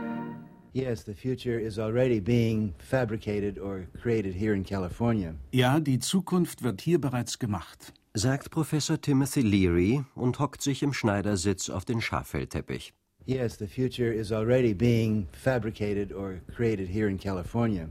Yes, the future is already being fabricated or created here in California.
Ja, die Zukunft wird hier bereits gemacht,
sagt Professor Timothy Leary und hockt sich im Schneidersitz auf den Schaffellteppich.
Yes, the future is already being fabricated or created here in California.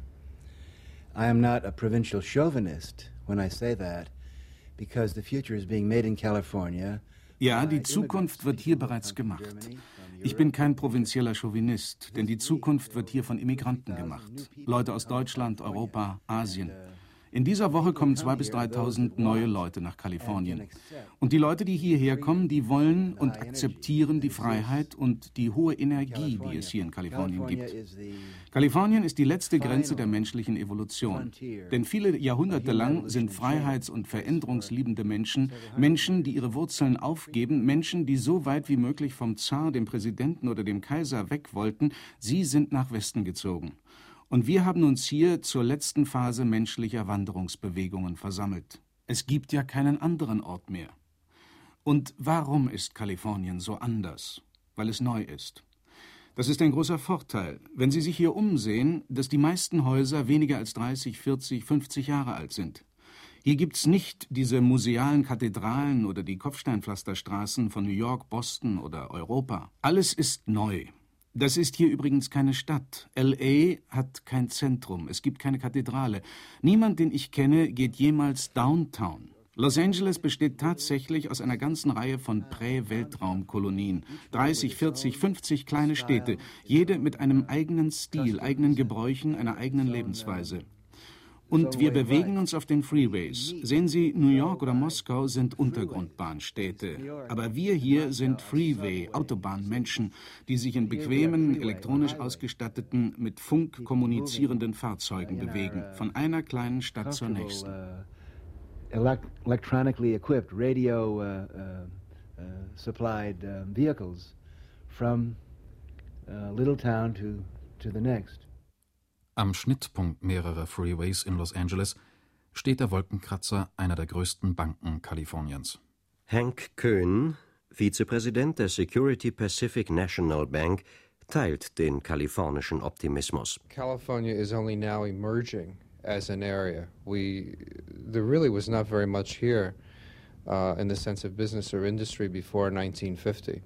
I am not a provincial chauvinist when I say that, because the future is being made in California.
Ja, die Zukunft wird hier bereits gemacht. Ich bin kein provinzieller Chauvinist, denn die Zukunft wird hier von Immigranten gemacht. Leute aus Deutschland, Europa, Asien. In dieser Woche kommen zweitausend bis dreitausend neue Leute nach Kalifornien. Und die Leute, die hierher kommen, die wollen und akzeptieren die Freiheit und die hohe Energie, die es hier in Kalifornien gibt. Kalifornien ist die letzte Grenze der menschlichen Evolution. Denn viele Jahrhunderte lang sind freiheits- und veränderungsliebende Menschen, Menschen, die ihre Wurzeln aufgeben, Menschen, die so weit wie möglich vom Zar, dem Präsidenten oder dem Kaiser weg wollten, sie sind nach Westen gezogen. Und wir haben uns hier zur letzten Phase menschlicher Wanderungsbewegungen versammelt. Es gibt ja keinen anderen Ort mehr. Und warum ist Kalifornien so anders? Weil es neu ist. Das ist ein großer Vorteil. Wenn Sie sich hier umsehen, dass die meisten Häuser weniger als dreißig, vierzig, fünfzig Jahre alt sind. Hier gibt's nicht diese musealen Kathedralen oder die Kopfsteinpflasterstraßen von New York, Boston oder Europa. Alles ist neu. Das ist hier übrigens keine Stadt. L A hat kein Zentrum, es gibt keine Kathedrale. Niemand, den ich kenne, geht jemals downtown. Los Angeles besteht tatsächlich aus einer ganzen Reihe von Prä-Weltraumkolonien. dreißig, vierzig, fünfzig kleine Städte, jede mit einem eigenen Stil, eigenen Gebräuchen, einer eigenen Lebensweise. Und wir bewegen uns auf den Freeways. Sehen Sie, New York oder Moskau sind Untergrundbahnstädte. Aber wir hier sind Freeway, Autobahnmenschen, die sich in bequemen, elektronisch ausgestatteten, mit Funk kommunizierenden Fahrzeugen bewegen, von einer kleinen Stadt zur nächsten.
Electronically equipped, radio uh, uh, uh, supplied uh, vehicles from uh, little town to, to the next.
Am Schnittpunkt mehrerer Freeways in Los Angeles steht der Wolkenkratzer einer der größten Banken Kaliforniens.
Hank Köhn, Vizepräsident der Security Pacific National Bank, teilt den kalifornischen Optimismus.
California is only now emerging as an area. We, there really was not very much here uh, in the sense of business or industry before nineteen fifty.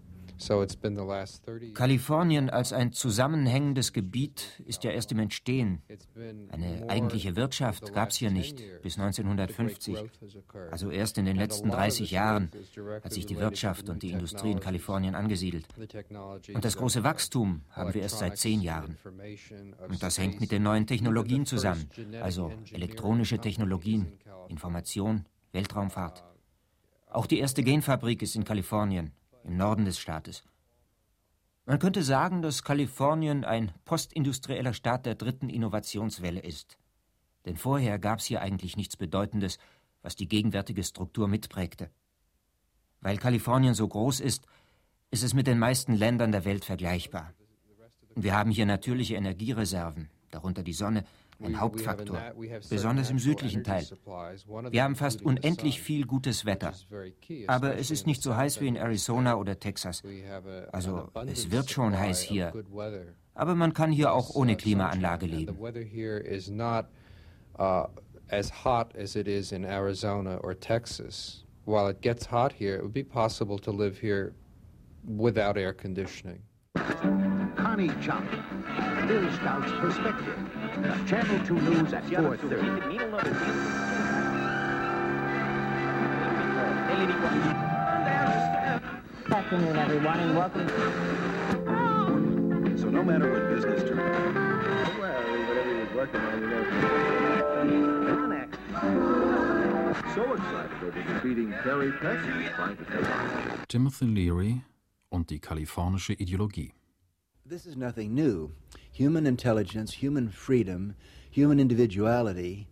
Kalifornien als ein zusammenhängendes Gebiet ist ja erst im Entstehen. Eine eigentliche Wirtschaft gab es hier nicht bis neunzehnhundertfünfzig. Also erst in den letzten dreißig Jahren hat sich die Wirtschaft und die Industrie in Kalifornien angesiedelt. Und das große Wachstum haben wir erst seit zehn Jahren. Und das hängt mit den neuen Technologien zusammen, also elektronische Technologien, Information, Weltraumfahrt. Auch die erste Genfabrik ist in Kalifornien, im Norden des Staates. Man könnte sagen, dass Kalifornien ein postindustrieller Staat der dritten Innovationswelle ist. Denn vorher gab es hier eigentlich nichts Bedeutendes, was die gegenwärtige Struktur mitprägte. Weil Kalifornien so groß ist, ist es mit den meisten Ländern der Welt vergleichbar. Und wir haben hier natürliche Energiereserven, darunter die Sonne, ein Hauptfaktor, besonders im südlichen Teil. Wir haben fast unendlich viel gutes Wetter. Aber es ist nicht so heiß wie in Arizona oder Texas. Also es wird schon heiß hier. Aber man kann hier auch ohne Klimaanlage leben.
As hot as it is in Arizona or Texas. while it gets hot here, it would be possible to live here without air conditioning.
Connie Chung, Bill Stout's Perspective. Channel two News at four thirty.
Good afternoon, everyone, and welcome.
So no matter what business term.
Well, whatever he was working on, you know.
Next. So excited over defeating Terry Petty, he's trying to take on.
Timothy Leary und die kalifornische Ideologie.
This is nothing new. Human intelligence, human freedom, human individuality,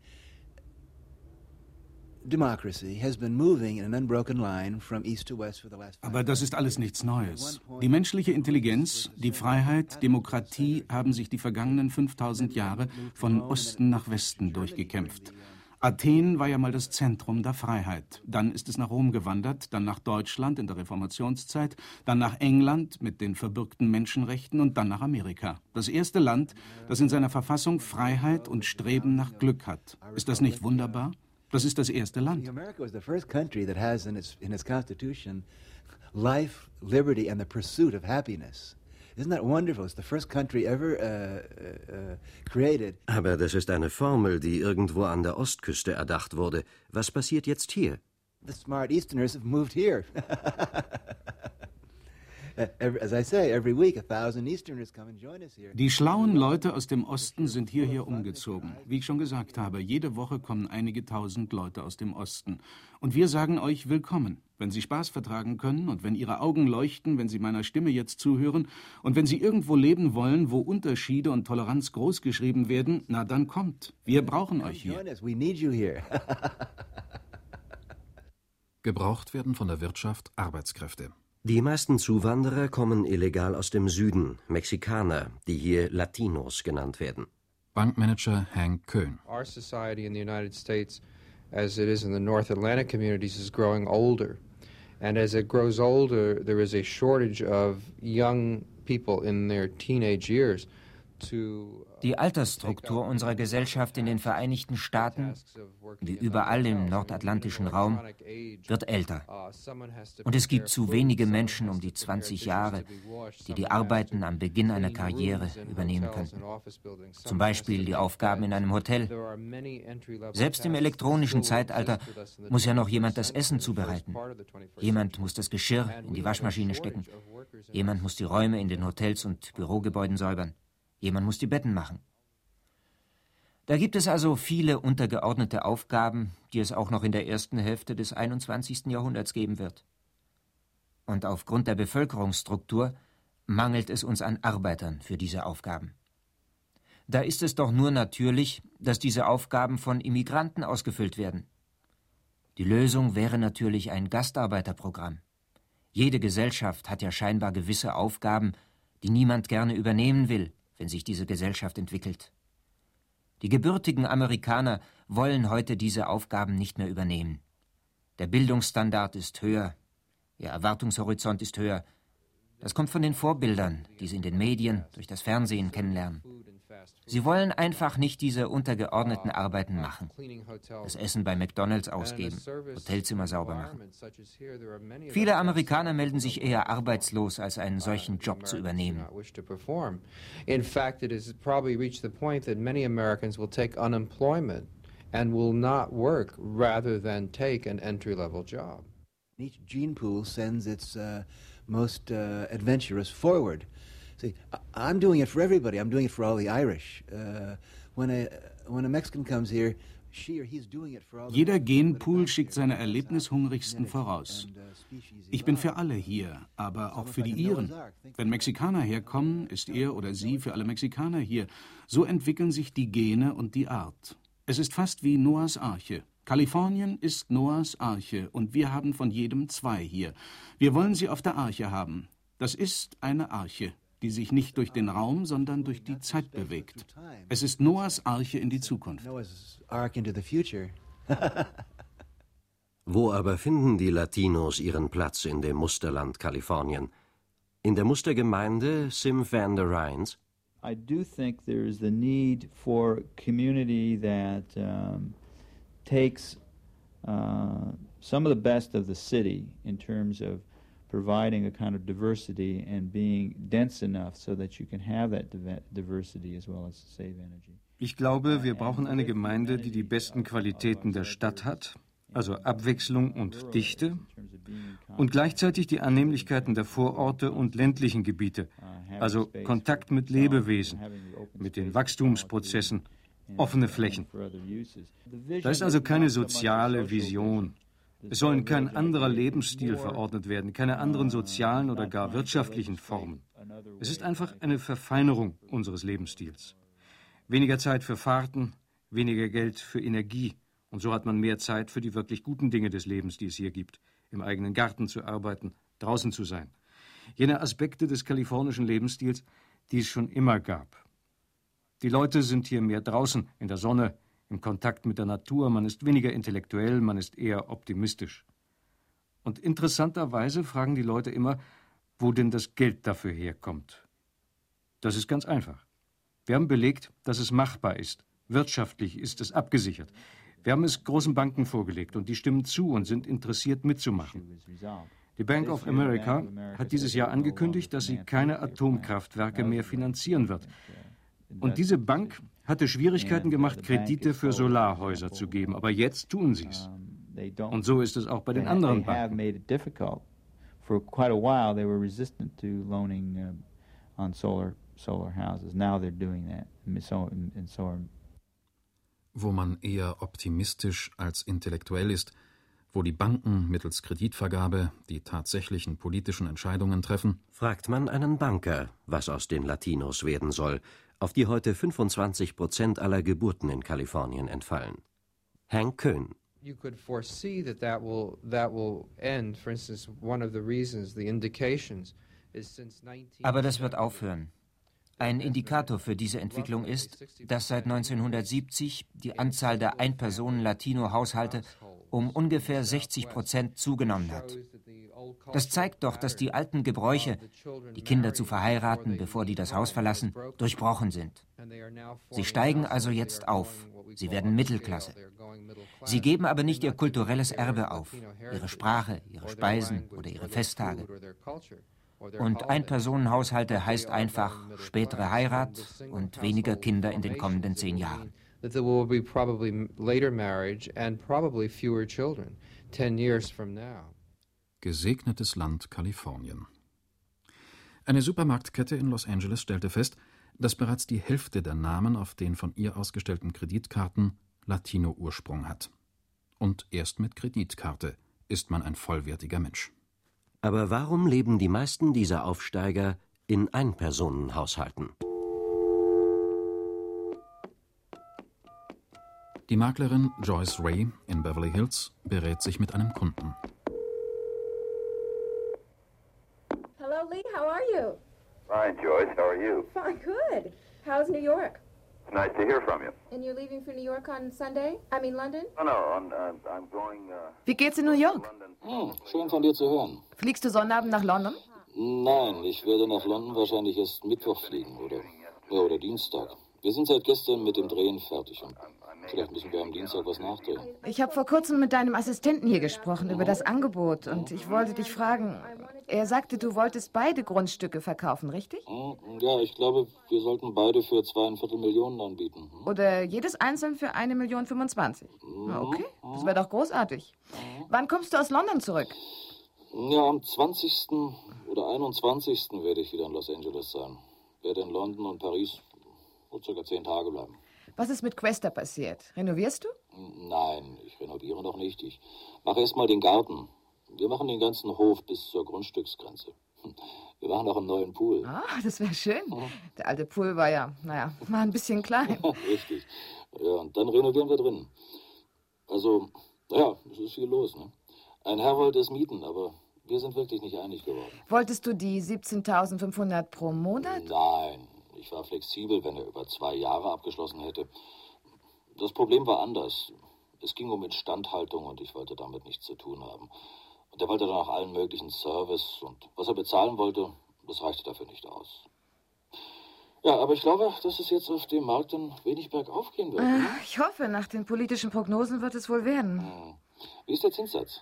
democracy has been moving in an unbroken line from east to west for the last.
Aber das ist alles nichts Neues. Die menschliche Intelligenz, die Freiheit, Demokratie haben sich die vergangenen fünftausend Jahre von Osten nach Westen durchgekämpft. Athen war ja mal das Zentrum der Freiheit. Dann ist es nach Rom gewandert, dann nach Deutschland in der Reformationszeit, dann nach England mit den verbürgten Menschenrechten und dann nach Amerika. Das erste Land, das in seiner Verfassung Freiheit und Streben nach Glück hat. Ist das nicht wunderbar? Das ist das erste Land.
America was the first country that has in its in its constitution life, liberty and the pursuit of happiness. Isn't that wonderful? It's the first country ever uh, uh, created.
Aber das ist eine Formel, die irgendwo an der Ostküste erdacht wurde. Was passiert jetzt hier?
The smart Easterners have moved here. As I say, every week a thousand Easterners come and join us here.
Die schlauen Leute aus dem Osten sind hierher umgezogen. Wie ich schon gesagt habe, jede Woche kommen einige tausend Leute aus dem Osten. Und wir sagen euch willkommen. Wenn Sie Spaß vertragen können und wenn Ihre Augen leuchten, wenn Sie meiner Stimme jetzt zuhören und wenn Sie irgendwo leben wollen, wo Unterschiede und Toleranz großgeschrieben werden, na dann kommt. Wir brauchen euch hier.
We need you here.
Gebraucht werden von der Wirtschaft Arbeitskräfte.
Die meisten Zuwanderer kommen illegal aus dem Süden, Mexikaner, die hier Latinos genannt werden.
Bankmanager Hank Köhn.
Our society in the United States, as it is in the North Atlantic communities, is growing older. And as it grows older, there is a shortage of young people in their teenage years to
Die Altersstruktur unserer Gesellschaft in den Vereinigten Staaten, wie überall im nordatlantischen Raum, wird älter. Und es gibt zu wenige Menschen um die zwanzig Jahre, die die Arbeiten am Beginn einer Karriere übernehmen könnten. Zum Beispiel die Aufgaben in einem Hotel. Selbst im elektronischen Zeitalter muss ja noch jemand das Essen zubereiten. Jemand muss das Geschirr in die Waschmaschine stecken. Jemand muss die Räume in den Hotels und Bürogebäuden säubern. Jemand muss die Betten machen. Da gibt es also viele untergeordnete Aufgaben, die es auch noch in der ersten Hälfte des einundzwanzigsten Jahrhunderts geben wird. Und aufgrund der Bevölkerungsstruktur mangelt es uns an Arbeitern für diese Aufgaben. Da ist es doch nur natürlich, dass diese Aufgaben von Immigranten ausgefüllt werden. Die Lösung wäre natürlich ein Gastarbeiterprogramm. Jede Gesellschaft hat ja scheinbar gewisse Aufgaben, die niemand gerne übernehmen will, wenn sich diese Gesellschaft entwickelt. Die gebürtigen Amerikaner wollen heute diese Aufgaben nicht mehr übernehmen. Der Bildungsstandard ist höher, ihr Erwartungshorizont ist höher. Das kommt von den Vorbildern, die sie in den Medien, durch das Fernsehen kennenlernen. Sie wollen einfach nicht diese untergeordneten Arbeiten machen. Das Essen bei McDonald's ausgeben, Hotelzimmer sauber machen. Viele Amerikaner melden sich eher arbeitslos, als einen solchen Job zu übernehmen.
In fact, it has probably reached the point that many Americans will take unemployment and will not work rather than take an entry-level job.
Each gene pool sends its uh, most uh, adventurous forward. See, I'm doing it for everybody. I'm doing it for all the Irish. Uh, when a when a Mexican comes here, she or he's doing it for all.
Jeder Genpool schickt seine Erlebnishungrigsten voraus. Ich bin für alle hier, aber auch für die Iren. Wenn Mexikaner herkommen, ist er oder sie für alle Mexikaner hier. So entwickeln sich die Gene und die Art. Es ist fast wie Noahs Arche. Kalifornien ist Noahs Arche und wir haben von jedem zwei hier. Wir wollen sie auf der Arche haben. Das ist eine Arche, die sich nicht durch den Raum, sondern durch die Zeit bewegt. Es ist Noahs Arche in die Zukunft.
Wo aber finden die Latinos ihren Platz in dem Musterland Kalifornien? In der Mustergemeinde Sim van der Rhines?
I do think there is the need for community that um, takes uh, some of the best of the city in terms of providing a kind of diversity and being dense enough so that you can have that diversity as well as save energy.
Ich glaube, wir brauchen eine Gemeinde, die die besten Qualitäten der Stadt hat, also Abwechslung und Dichte, und gleichzeitig die Annehmlichkeiten der Vororte und ländlichen Gebiete, also Kontakt mit Lebewesen, mit den Wachstumsprozessen, offene Flächen. Da ist also keine soziale Vision. Es sollen kein anderer Lebensstil verordnet werden, keine anderen sozialen oder gar wirtschaftlichen Formen. Es ist einfach eine Verfeinerung unseres Lebensstils. Weniger Zeit für Fahrten, weniger Geld für Energie. Und so hat man mehr Zeit für die wirklich guten Dinge des Lebens, die es hier gibt. Im eigenen Garten zu arbeiten, draußen zu sein. Jene Aspekte des kalifornischen Lebensstils, die es schon immer gab. Die Leute sind hier mehr draußen, in der Sonne, im Kontakt mit der Natur. Man ist weniger intellektuell, man ist eher optimistisch. Und interessanterweise fragen die Leute immer, wo denn das Geld dafür herkommt. Das ist ganz einfach. Wir haben belegt, dass es machbar ist. Wirtschaftlich ist es abgesichert. Wir haben es großen Banken vorgelegt und die stimmen zu und sind interessiert mitzumachen. Die Bank of America hat dieses Jahr angekündigt, dass sie keine Atomkraftwerke mehr finanzieren wird. Und diese Bank hatte Schwierigkeiten gemacht, Kredite für Solarhäuser zu geben, aber jetzt tun sie es. Und so ist es auch bei den anderen Banken.
For quite a while they were resistant to loaning uh, on solar solar houses. Now they're doing that in solar, in solar.
Wo man eher optimistisch als intellektuell ist, wo die Banken mittels Kreditvergabe die tatsächlichen politischen Entscheidungen treffen,
fragt man einen Banker, was aus den Latinos werden soll, auf die heute fünfundzwanzig Prozent aller Geburten in Kalifornien entfallen. Hank Köhn.
You could foresee that that will that will end. For instance, one of the reasons, the indications, is since nineteen.
Aber das wird aufhören. Ein Indikator für diese Entwicklung ist, dass seit neunzehnhundertsiebzig die Anzahl der Ein-Personen-Latino-Haushalte um ungefähr sechzig Prozent zugenommen hat. Das zeigt doch, dass die alten Gebräuche, die Kinder zu verheiraten, bevor die das Haus verlassen, durchbrochen sind. Sie steigen also jetzt auf. Sie werden Mittelklasse. Sie geben aber nicht ihr kulturelles Erbe auf, ihre Sprache, ihre Speisen oder ihre Festtage. Und Ein-Personen-Haushalte heißt einfach spätere Heirat und weniger Kinder in den kommenden zehn Jahren.
That there will be probably later marriage and probably fewer children ten years from now.
Gesegnetes Land Kalifornien. Eine Supermarktkette in Los Angeles stellte fest, dass bereits die Hälfte der Namen auf den von ihr ausgestellten Kreditkarten Latino-Ursprung hat. Und erst mit Kreditkarte ist man ein vollwertiger Mensch.
Aber warum leben die meisten dieser Aufsteiger in Einpersonenhaushalten?
Die Maklerin Joyce Ray in Beverly Hills berät sich mit einem Kunden.
Hello, Lee. How are you?
Fine, Joyce. How are you?
Fine, good. How's New York?
It's nice to hear from you.
And you're leaving for New York on Sunday? I mean London?
Oh, no, I'm, uh, I'm going... Uh,
Wie geht's in New York?
Hm, schön von dir zu hören.
Fliegst du Sonnabend nach London?
Nein, ich werde nach London wahrscheinlich erst Mittwoch fliegen oder, ja, oder Dienstag. Wir sind seit gestern mit dem Drehen fertig und vielleicht müssen wir am Dienstag was nachdrehen.
Ich habe vor kurzem mit deinem Assistenten hier gesprochen über das Angebot und ich wollte dich fragen, er sagte, du wolltest beide Grundstücke verkaufen, richtig?
Ja, ich glaube, wir sollten beide für zweieinviertel Millionen anbieten.
Oder jedes einzeln für eine Million fünfundzwanzig. Okay, das wäre doch großartig. Wann kommst du aus London zurück?
Ja, am zwanzigsten oder einundzwanzigsten werde ich wieder in Los Angeles sein. Werde in London und Paris so circa zehn Tage bleiben.
Was ist mit Questa passiert? Renovierst du?
Nein, ich renoviere noch nicht. Ich mache erst mal den Garten. Wir machen den ganzen Hof bis zur Grundstücksgrenze. Wir machen auch einen neuen Pool.
Ah, das wäre schön. Der alte Pool war ja, naja, war ein bisschen klein.
Richtig. Ja, und dann renovieren wir drin. Also, ja, es ist viel los, ne? Ein Herr wollte es mieten, aber wir sind wirklich nicht einig geworden.
Wolltest du die siebzehntausendfünfhundert pro Monat?
Nein. Ich war flexibel, wenn er über zwei Jahre abgeschlossen hätte. Das Problem war anders. Es ging um Instandhaltung und ich wollte damit nichts zu tun haben. Und er wollte dann auch allen möglichen Service und was er bezahlen wollte, das reichte dafür nicht aus. Ja, aber ich glaube, dass es jetzt auf dem Markt ein wenig bergauf gehen wird.
Äh, ich hoffe, nach den politischen Prognosen wird es wohl werden.
Hm. Wie ist der Zinssatz?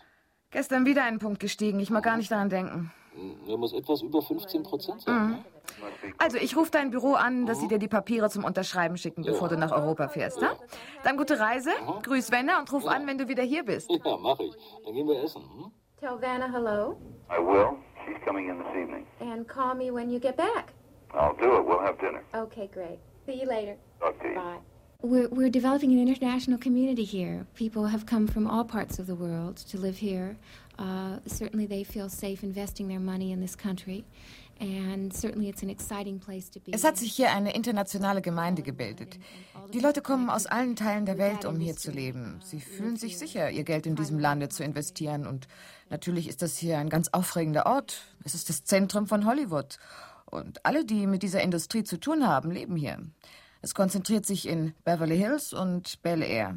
Gestern wieder einen Punkt gestiegen. Ich mag gar nicht daran denken.
Er muss etwas über fünfzehn Prozent sein.
Mhm. Also, ich rufe dein Büro an, dass sie dir die Papiere zum Unterschreiben schicken, bevor du nach Europa fährst. Ja? Dann gute Reise, grüß Vanna und ruf an, wenn du wieder hier bist.
Ja, mach ich. Dann gehen wir essen. Hm?
Tell Vanna hello.
I will. She's coming in this evening.
And call me when you get back.
I'll do it. We'll have dinner.
Okay, great. See you later.
Talk to you.
Bye. We're, we're developing an international community here. People have come from all parts of the world to live here. Uh, certainly they feel safe investing their money in this country. And certainly it's an exciting place to be.
Es hat sich hier eine internationale Gemeinde gebildet. Die Leute kommen aus allen Teilen der Welt, um hier zu leben. Sie fühlen sich sicher, ihr Geld in diesem Lande zu investieren. Und natürlich ist das hier ein ganz aufregender Ort. Es ist das Zentrum von Hollywood. Und alle, die mit dieser Industrie zu tun haben, leben hier. Es konzentriert sich in Beverly Hills und Bel Air.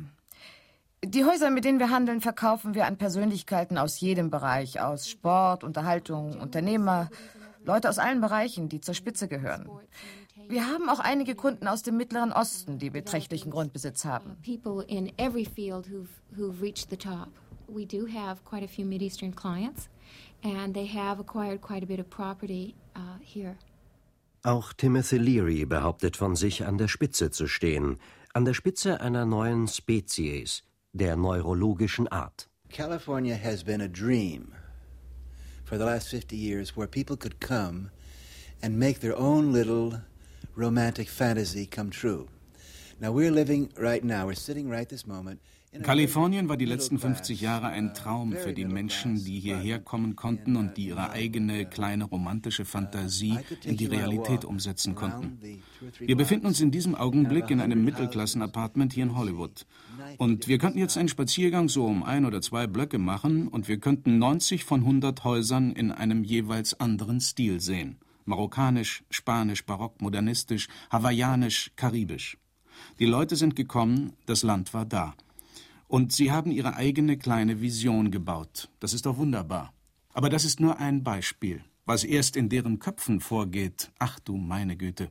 Die Häuser, mit denen wir handeln, verkaufen wir an Persönlichkeiten aus jedem Bereich, aus Sport, Unterhaltung, Unternehmer, Leute aus allen Bereichen, die zur Spitze gehören. Wir haben auch einige Kunden aus dem Mittleren Osten, die beträchtlichen Grundbesitz haben.
People in every field who've, who've reached the top. We do have quite a few Mideastern clients, and they have acquired quite a bit of property uh, here.
Auch Timothy Leary behauptet von sich, an der Spitze zu stehen, an der Spitze einer neuen Spezies, der neurologischen Art.
California has been a dream for the last fifty years where people could come and make their own little romantic fantasy come true. Now we're living right now, we're sitting right this moment.
Kalifornien war die letzten fünfzig Jahre ein Traum für die Menschen, die hierher kommen konnten und die ihre eigene kleine romantische Fantasie in die Realität umsetzen konnten. Wir befinden uns in diesem Augenblick in einem Mittelklassen-Apartment hier in Hollywood. Und wir könnten jetzt einen Spaziergang so um ein oder zwei Blöcke machen und wir könnten neunzig von hundert Häusern in einem jeweils anderen Stil sehen. Marokkanisch, Spanisch, Barock, Modernistisch, Hawaiianisch, Karibisch. Die Leute sind gekommen, das Land war da. Und sie haben ihre eigene kleine Vision gebaut. Das ist doch wunderbar. Aber das ist nur ein Beispiel. Was erst in deren Köpfen vorgeht, ach du meine Güte.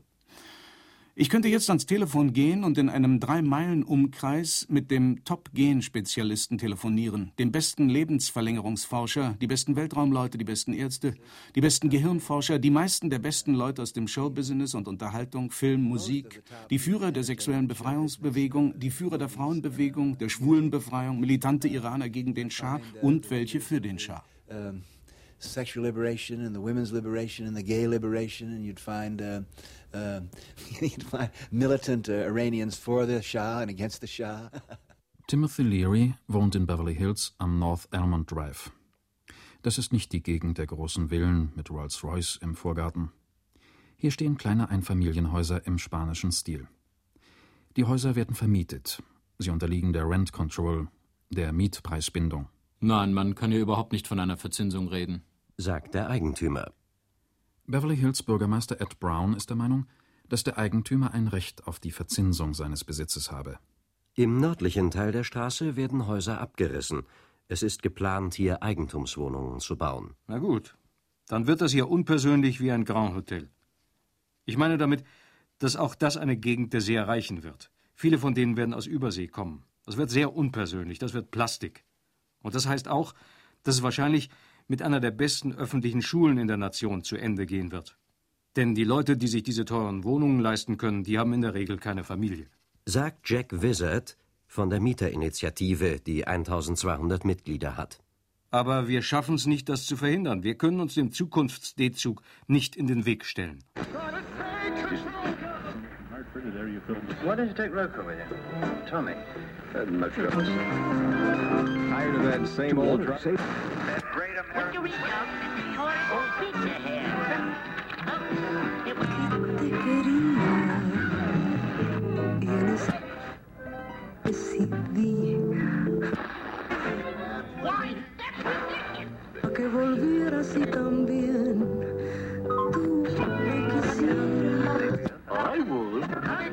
Ich könnte jetzt ans Telefon gehen und in einem Drei-Meilen-Umkreis mit dem Top-Gen-Spezialisten telefonieren, dem besten Lebensverlängerungsforscher, die besten Weltraumleute, die besten Ärzte, die besten Gehirnforscher, die meisten der besten Leute aus dem Showbusiness und Unterhaltung, Film, Musik, die Führer der sexuellen Befreiungsbewegung, die Führer der Frauenbewegung, der Schwulenbefreiung, militante Iraner gegen den Schah und welche für den Schah.
Um, sexual liberation and the women's liberation and the gay liberation, and you'd find... Uh, Uh, you'd find militant uh, Iranians for the Shah and against the Shah.
Timothy Leary wohnt in Beverly Hills am North Elmont Drive. Das ist nicht die Gegend der großen Villen mit Rolls-Royce im Vorgarten. Hier stehen kleine Einfamilienhäuser im spanischen Stil. Die Häuser werden vermietet. Sie unterliegen der Rent Control, der Mietpreisbindung.
Nein, man kann hier überhaupt nicht von einer Verzinsung reden,
sagt der Eigentümer.
Beverly Hills Bürgermeister Ed Brown ist der Meinung, dass der Eigentümer ein Recht auf die Verzinsung seines Besitzes habe.
Im nördlichen Teil der Straße werden Häuser abgerissen. Es ist geplant, hier Eigentumswohnungen zu bauen.
Na gut, dann wird das hier unpersönlich wie ein Grand Hotel. Ich meine damit, dass auch das eine Gegend der sehr Reichen wird. Viele von denen werden aus Übersee kommen. Das wird sehr unpersönlich, das wird Plastik. Und das heißt auch, dass es wahrscheinlich mit einer der besten öffentlichen Schulen in der Nation zu Ende gehen wird. Denn die Leute, die sich diese teuren Wohnungen leisten können, die haben in der Regel keine Familie.
Sagt Jack Wizard von der Mieterinitiative, die eintausendzweihundert Mitglieder hat.
Aber wir schaffen es nicht, das zu verhindern. Wir können uns dem Zukunfts-D-Zug nicht in den Weg stellen.
Why don't you take Rocco with you? Tommy.
Tired of that same old...
Great American... pizza here.
Que volviera así también. Tú me quisieras.
I would.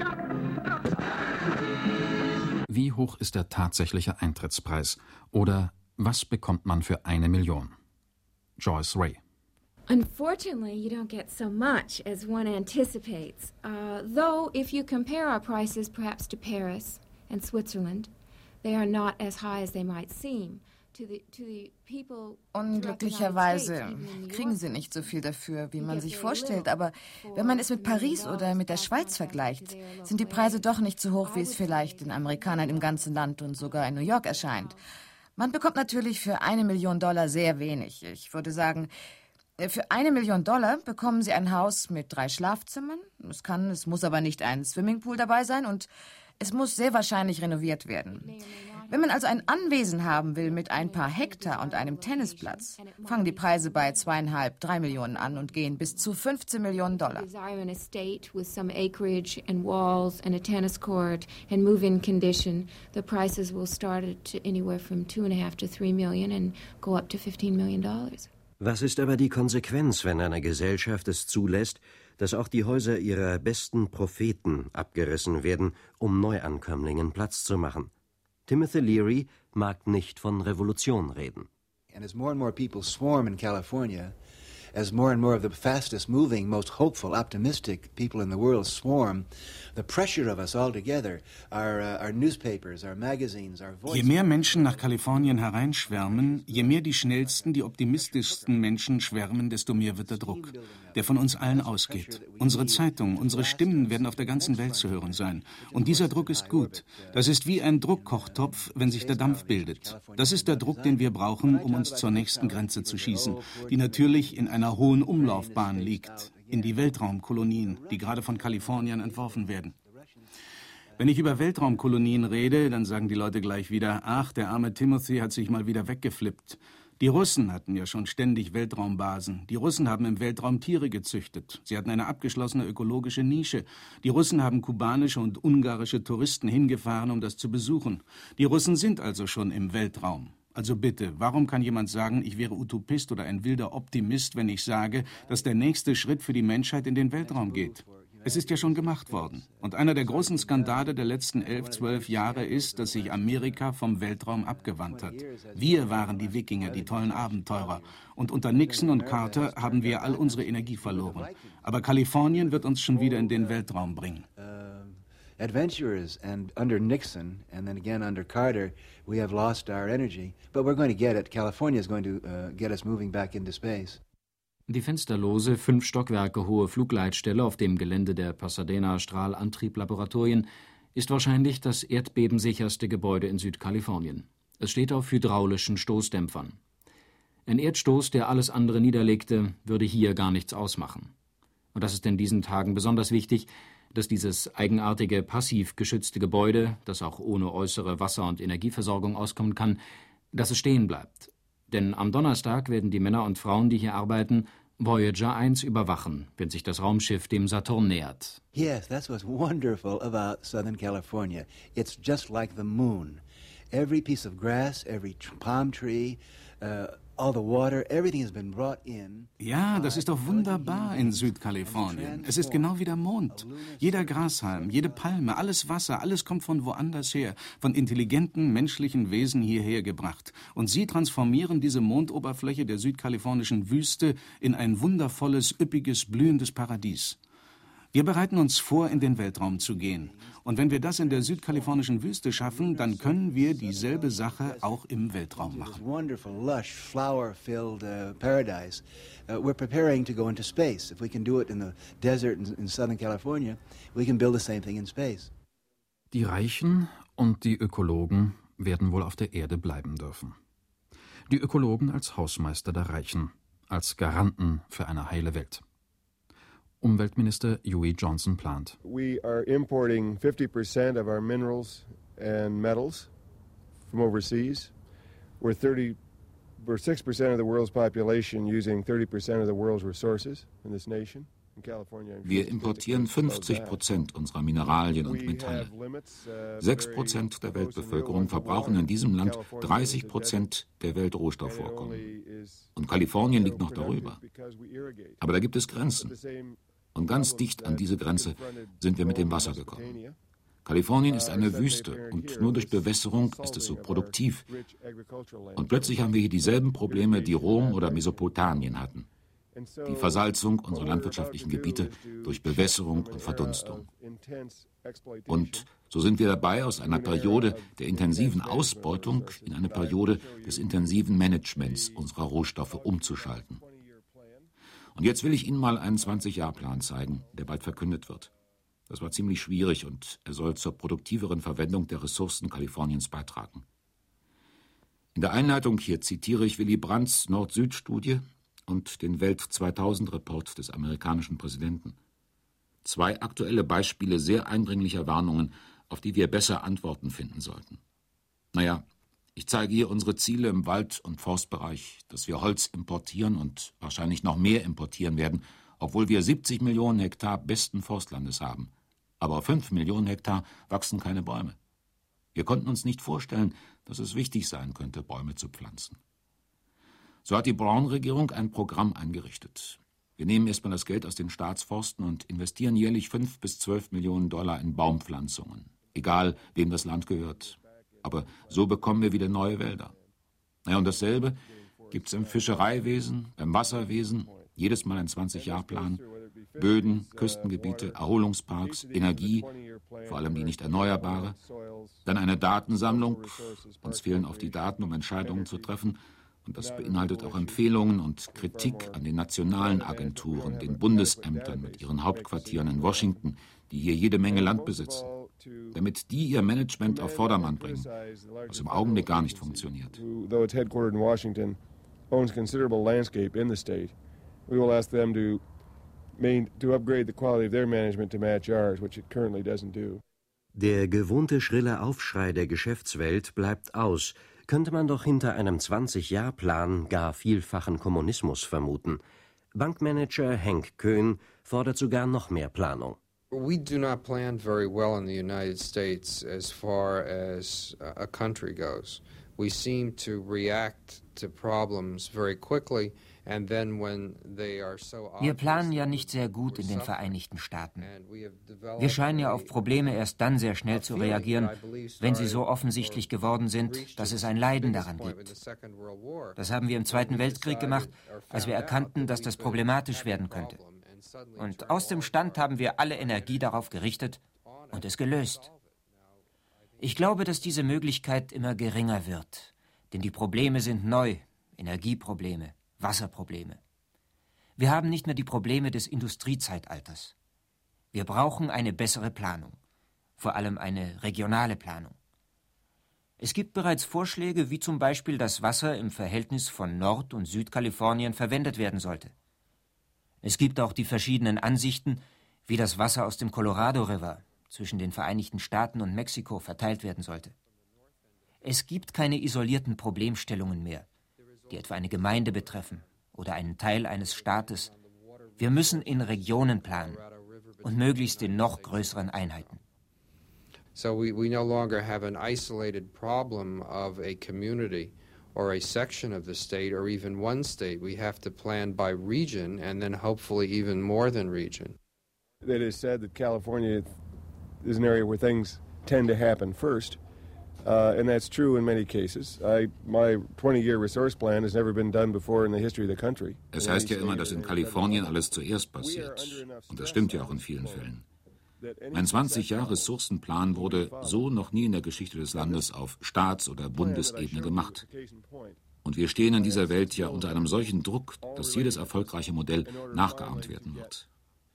Wie hoch ist der tatsächliche Eintrittspreis? Oder was bekommt man für eine Million? Joyce Ray.
Unfortunately, you don't get so much as one anticipates. Uh, though, if you compare our prices perhaps to Paris and Switzerland, they are not as high as they might seem.
Unglücklicherweise kriegen sie nicht so viel dafür, wie man sich vorstellt. Aber wenn man es mit Paris oder mit der Schweiz vergleicht, sind die Preise doch nicht so hoch, wie es vielleicht den Amerikanern im ganzen Land und sogar in New York erscheint. Man bekommt natürlich für eine Million Dollar sehr wenig. Ich würde sagen, für eine Million Dollar bekommen Sie ein Haus mit drei Schlafzimmern. Es kann, es muss aber nicht ein Swimmingpool dabei sein und es muss sehr wahrscheinlich renoviert werden. Wenn man also ein Anwesen haben will mit ein paar Hektar und einem Tennisplatz, fangen die Preise bei zweieinhalb, drei Millionen an und gehen bis zu fünfzehn Millionen Dollar.
An estate with some acreage and walls and a tennis court and move-in condition, the prices will start at anywhere from two and a half to three million and go up to fifteen million dollars.
Was ist aber die Konsequenz, wenn eine Gesellschaft es zulässt, dass auch die Häuser ihrer besten Propheten abgerissen werden, um Neuankömmlingen Platz zu machen? Timothy Leary mag nicht von Revolution reden.
And as more and more people swarm in California, as more and more of the fastest moving, most hopeful, optimistic people in the world swarm, the pressure of us all together, our, uh, our newspapers, our magazines, our voices.
Je mehr Menschen nach Kalifornien hereinschwärmen, je mehr die schnellsten, die optimistischsten Menschen schwärmen, desto mehr wird der Druck, der von uns allen ausgeht. Unsere Zeitungen, unsere Stimmen werden auf der ganzen Welt zu hören sein. Und dieser Druck ist gut. Das ist wie ein Druckkochtopf, wenn sich der Dampf bildet. Das ist der Druck, den wir brauchen, um uns zur nächsten Grenze zu schießen, die natürlich in einer hohen Umlaufbahn liegt, in die Weltraumkolonien, die gerade von Kalifornien entworfen werden. Wenn ich über Weltraumkolonien rede, dann sagen die Leute gleich wieder, ach, der arme Timothy hat sich mal wieder weggeflippt. Die Russen hatten ja schon ständig Weltraumbasen. Die Russen haben im Weltraum Tiere gezüchtet. Sie hatten eine abgeschlossene ökologische Nische. Die Russen haben kubanische und ungarische Touristen hingefahren, um das zu besuchen. Die Russen sind also schon im Weltraum. Also bitte, warum kann jemand sagen, ich wäre Utopist oder ein wilder Optimist, wenn ich sage, dass der nächste Schritt für die Menschheit in den Weltraum geht? Es ist ja schon gemacht worden. Und einer der großen Skandale der letzten elf, zwölf Jahre ist, dass sich Amerika vom Weltraum abgewandt hat. Wir waren die Wikinger, die tollen Abenteurer. Und unter Nixon und Carter haben wir all unsere Energie verloren. Aber Kalifornien wird uns schon wieder in den Weltraum bringen.
Adventurers, and under Nixon and then again under Carter, we have lost our energy, but we're going to get it. California is going to uh, get us moving back into space.
Die fensterlose, fünf Stockwerke hohe Flugleitstelle auf dem Gelände der Pasadena Strahlantrieb-Laboratorien ist wahrscheinlich das erdbebensicherste Gebäude in Südkalifornien. Es steht auf hydraulischen Stoßdämpfern. Ein Erdstoß, der alles andere niederlegte, würde hier gar nichts ausmachen. Und das ist in diesen Tagen besonders wichtig, dass dieses eigenartige, passiv geschützte Gebäude, das auch ohne äußere Wasser- und Energieversorgung auskommen kann, dass es stehen bleibt. Denn am Donnerstag werden die Männer und Frauen, die hier arbeiten, Voyager eins überwachen, wenn sich das Raumschiff dem Saturn nähert.
Yes, that's what's wonderful about Southern California. It's just like the moon. Every piece of grass, every palm tree, uh, all the water, everything has been brought in.
Ja, das ist doch wunderbar in Südkalifornien. Es ist genau wie der Mond. Jeder Grashalm, jede Palme, alles Wasser, alles kommt von woanders her, von intelligenten menschlichen Wesen hierher gebracht. Und sie transformieren diese Mondoberfläche der südkalifornischen Wüste in ein wundervolles, üppiges, blühendes Paradies. Wir bereiten uns vor, in den Weltraum zu gehen. Und wenn wir das in der südkalifornischen Wüste schaffen, dann können wir dieselbe Sache auch im Weltraum machen.
Wonderful, lush, flower-filled uh, paradise. Uh, we're preparing to go into space. If we can do it in the desert in, in Southern California, we can build the same thing in space.
Die Reichen und die Ökologen werden wohl auf der Erde bleiben dürfen. Die Ökologen als Hausmeister der Reichen, als Garanten für eine heile Welt. Umweltminister Huey Johnson plant.
We are importing fifty percent of our minerals and metals from overseas. We're thirty, we're six percent of the world's population using thirty percent of the world's resources in this nation.
Wir importieren fünfzig Prozent unserer Mineralien und Metalle. Sechs Prozent der Weltbevölkerung verbrauchen in diesem Land dreißig Prozent der Weltrohstoffvorkommen. Und Kalifornien liegt noch darüber. Aber da gibt es Grenzen. Und ganz dicht an diese Grenze sind wir mit dem Wasser gekommen. Kalifornien ist eine Wüste und nur durch Bewässerung ist es so produktiv. Und plötzlich haben wir hier dieselben Probleme, die Rom oder Mesopotamien hatten. die Versalzung unserer landwirtschaftlichen Gebiete durch Bewässerung und Verdunstung. Und so sind wir dabei, aus einer Periode der intensiven Ausbeutung in eine Periode des intensiven Managements unserer Rohstoffe umzuschalten. Und jetzt will ich Ihnen mal einen zwanzig-Jahr-Plan zeigen, der bald verkündet wird. Das war ziemlich schwierig und er soll zur produktiveren Verwendung der Ressourcen Kaliforniens beitragen. In der Einleitung hier zitiere ich Willy Brandts Nord-Süd-Studie und den Welt zweitausend-Report des amerikanischen Präsidenten. Zwei aktuelle Beispiele sehr eindringlicher Warnungen, auf die wir besser Antworten finden sollten. Naja, ich zeige hier unsere Ziele im Wald- und Forstbereich, dass wir Holz importieren und wahrscheinlich noch mehr importieren werden, obwohl wir siebzig Millionen Hektar besten Forstlandes haben. Aber auf fünf Millionen Hektar wachsen keine Bäume. Wir konnten uns nicht vorstellen, dass es wichtig sein könnte, Bäume zu pflanzen. So hat die Brown-Regierung ein Programm eingerichtet. Wir nehmen erstmal das Geld aus den Staatsforsten und investieren jährlich fünf bis zwölf Millionen Dollar in Baumpflanzungen. Egal, wem das Land gehört. Aber so bekommen wir wieder neue Wälder. Naja, und dasselbe gibt es im Fischereiwesen, beim Wasserwesen, jedes Mal ein zwanzig-Jahr-Plan. Böden, Küstengebiete, Erholungsparks, Energie, vor allem die nicht erneuerbare. Dann eine Datensammlung. Uns fehlen oft die Daten, um Entscheidungen zu treffen. Und das beinhaltet auch Empfehlungen und Kritik an den nationalen Agenturen, den Bundesämtern mit ihren Hauptquartieren in Washington, die hier jede Menge Land besitzen, damit die ihr Management auf Vordermann bringen, was im Augenblick gar nicht funktioniert.
Though it's headquartered in Washington, owns considerable landscape in the state. We will ask them to main, to upgrade the quality of their management to match ours, which it currently doesn't do.
Der gewohnte schrille Aufschrei der Geschäftswelt bleibt aus, könnte man doch hinter einem zwanzig-Jahr-Plan gar vielfachen Kommunismus vermuten. Bankmanager Henk Köhn fordert sogar noch mehr Planung.
We do not plan very well in the United States as far as a country goes. We seem to react to problems very quickly.
Wir planen ja nicht sehr gut in den Vereinigten Staaten. Wir scheinen ja auf Probleme erst dann sehr schnell zu reagieren, wenn sie so offensichtlich geworden sind, dass es ein Leiden daran gibt. Das haben wir im Zweiten Weltkrieg gemacht, als wir erkannten, dass das problematisch werden könnte. Und aus dem Stand haben wir alle Energie darauf gerichtet und es gelöst. Ich glaube, dass diese Möglichkeit immer geringer wird, denn die Probleme sind neu, Energieprobleme, Wasserprobleme. Wir haben nicht mehr die Probleme des Industriezeitalters. Wir brauchen eine bessere Planung, vor allem eine regionale Planung. Es gibt bereits Vorschläge, wie zum Beispiel das Wasser im Verhältnis von Nord- und Südkalifornien verwendet werden sollte. Es gibt auch die verschiedenen Ansichten, wie das Wasser aus dem Colorado River zwischen den Vereinigten Staaten und Mexiko verteilt werden sollte. Es gibt keine isolierten Problemstellungen mehr, die etwa eine Gemeinde betreffen oder einen Teil eines Staates. Wir müssen in Regionen planen und möglichst in noch größeren Einheiten.
So we, we no longer have an isolated problem of a community or a section of the state or even one state. We have to plan by region and then hopefully even more than region.
It is said that California is an area where things tend to happen first. Uh, and that's true in many cases. I, my twenty-year resource plan has never been done before in the history of the country.
Es heißt ja immer, dass in Kalifornien alles zuerst passiert. Und das stimmt ja auch in vielen Fällen. Ein zwanzig-Jahr-Ressourcenplan wurde so noch nie in der Geschichte des Landes auf Staats- oder Bundesebene gemacht. Und wir stehen in dieser Welt ja unter einem solchen Druck, dass jedes erfolgreiche Modell nachgeahmt werden wird.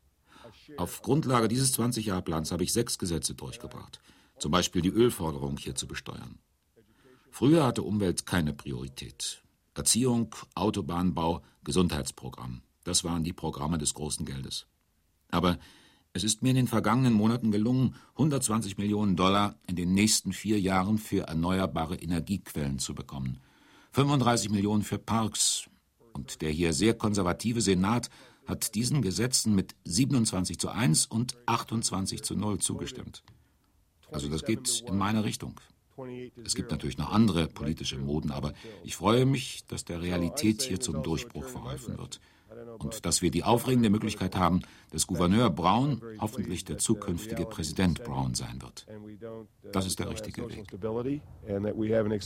Auf Grundlage dieses zwanzig-Jahr-Plans habe ich sechs Gesetze durchgebracht. Zum Beispiel die Ölförderung hier zu besteuern. Früher hatte Umwelt keine Priorität. Erziehung, Autobahnbau, Gesundheitsprogramm. Das waren die Programme des großen Geldes. Aber es ist mir in den vergangenen Monaten gelungen, hundertzwanzig Millionen Dollar in den nächsten vier Jahren für erneuerbare Energiequellen zu bekommen. fünfunddreißig Millionen für Parks. Und der hier sehr konservative Senat hat diesen Gesetzen mit siebenundzwanzig zu eins und achtundzwanzig zu null zugestimmt. Also das geht in meine Richtung. Es gibt natürlich noch andere politische Moden, aber ich freue mich, dass der Realität hier zum Durchbruch verholfen wird. Und dass wir die aufregende Möglichkeit haben, dass Gouverneur Brown hoffentlich der zukünftige Präsident Brown sein wird. Das ist der richtige Weg.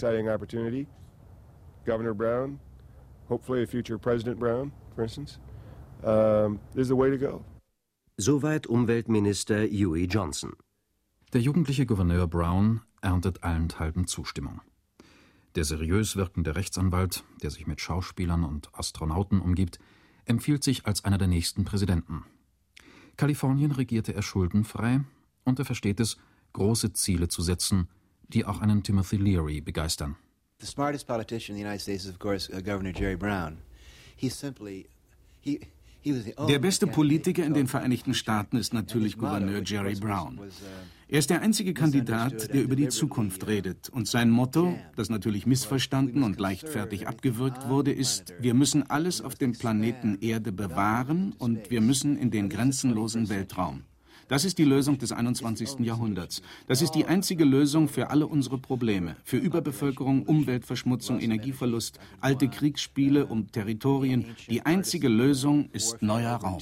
Governor Brown, hopefully a future President Brown, for instance, um, is the way to go.
Soweit Umweltminister Huey Johnson.
Der jugendliche Gouverneur Brown erntet allenthalben Zustimmung. Der seriös wirkende Rechtsanwalt, der sich mit Schauspielern und Astronauten umgibt, empfiehlt sich als einer der nächsten Präsidenten. Kalifornien regierte er schuldenfrei und er versteht es, große Ziele zu setzen, die auch einen Timothy Leary begeistern.
The smartest politician in the United States is, of course, uh, Governor Jerry Brown. He simply, he, he was the only
Der beste Politiker in den Vereinigten Staaten ist natürlich Gouverneur Jerry Brown. Er ist der einzige Kandidat, der über die Zukunft redet. Und sein Motto, das natürlich missverstanden und leichtfertig abgewürgt wurde, ist: Wir müssen alles auf dem Planeten Erde bewahren und wir müssen in den grenzenlosen Weltraum. Das ist die Lösung des einundzwanzigsten Jahrhunderts. Das ist die einzige Lösung für alle unsere Probleme. Für Überbevölkerung, Umweltverschmutzung, Energieverlust, alte Kriegsspiele um Territorien. Die einzige Lösung ist neuer Raum.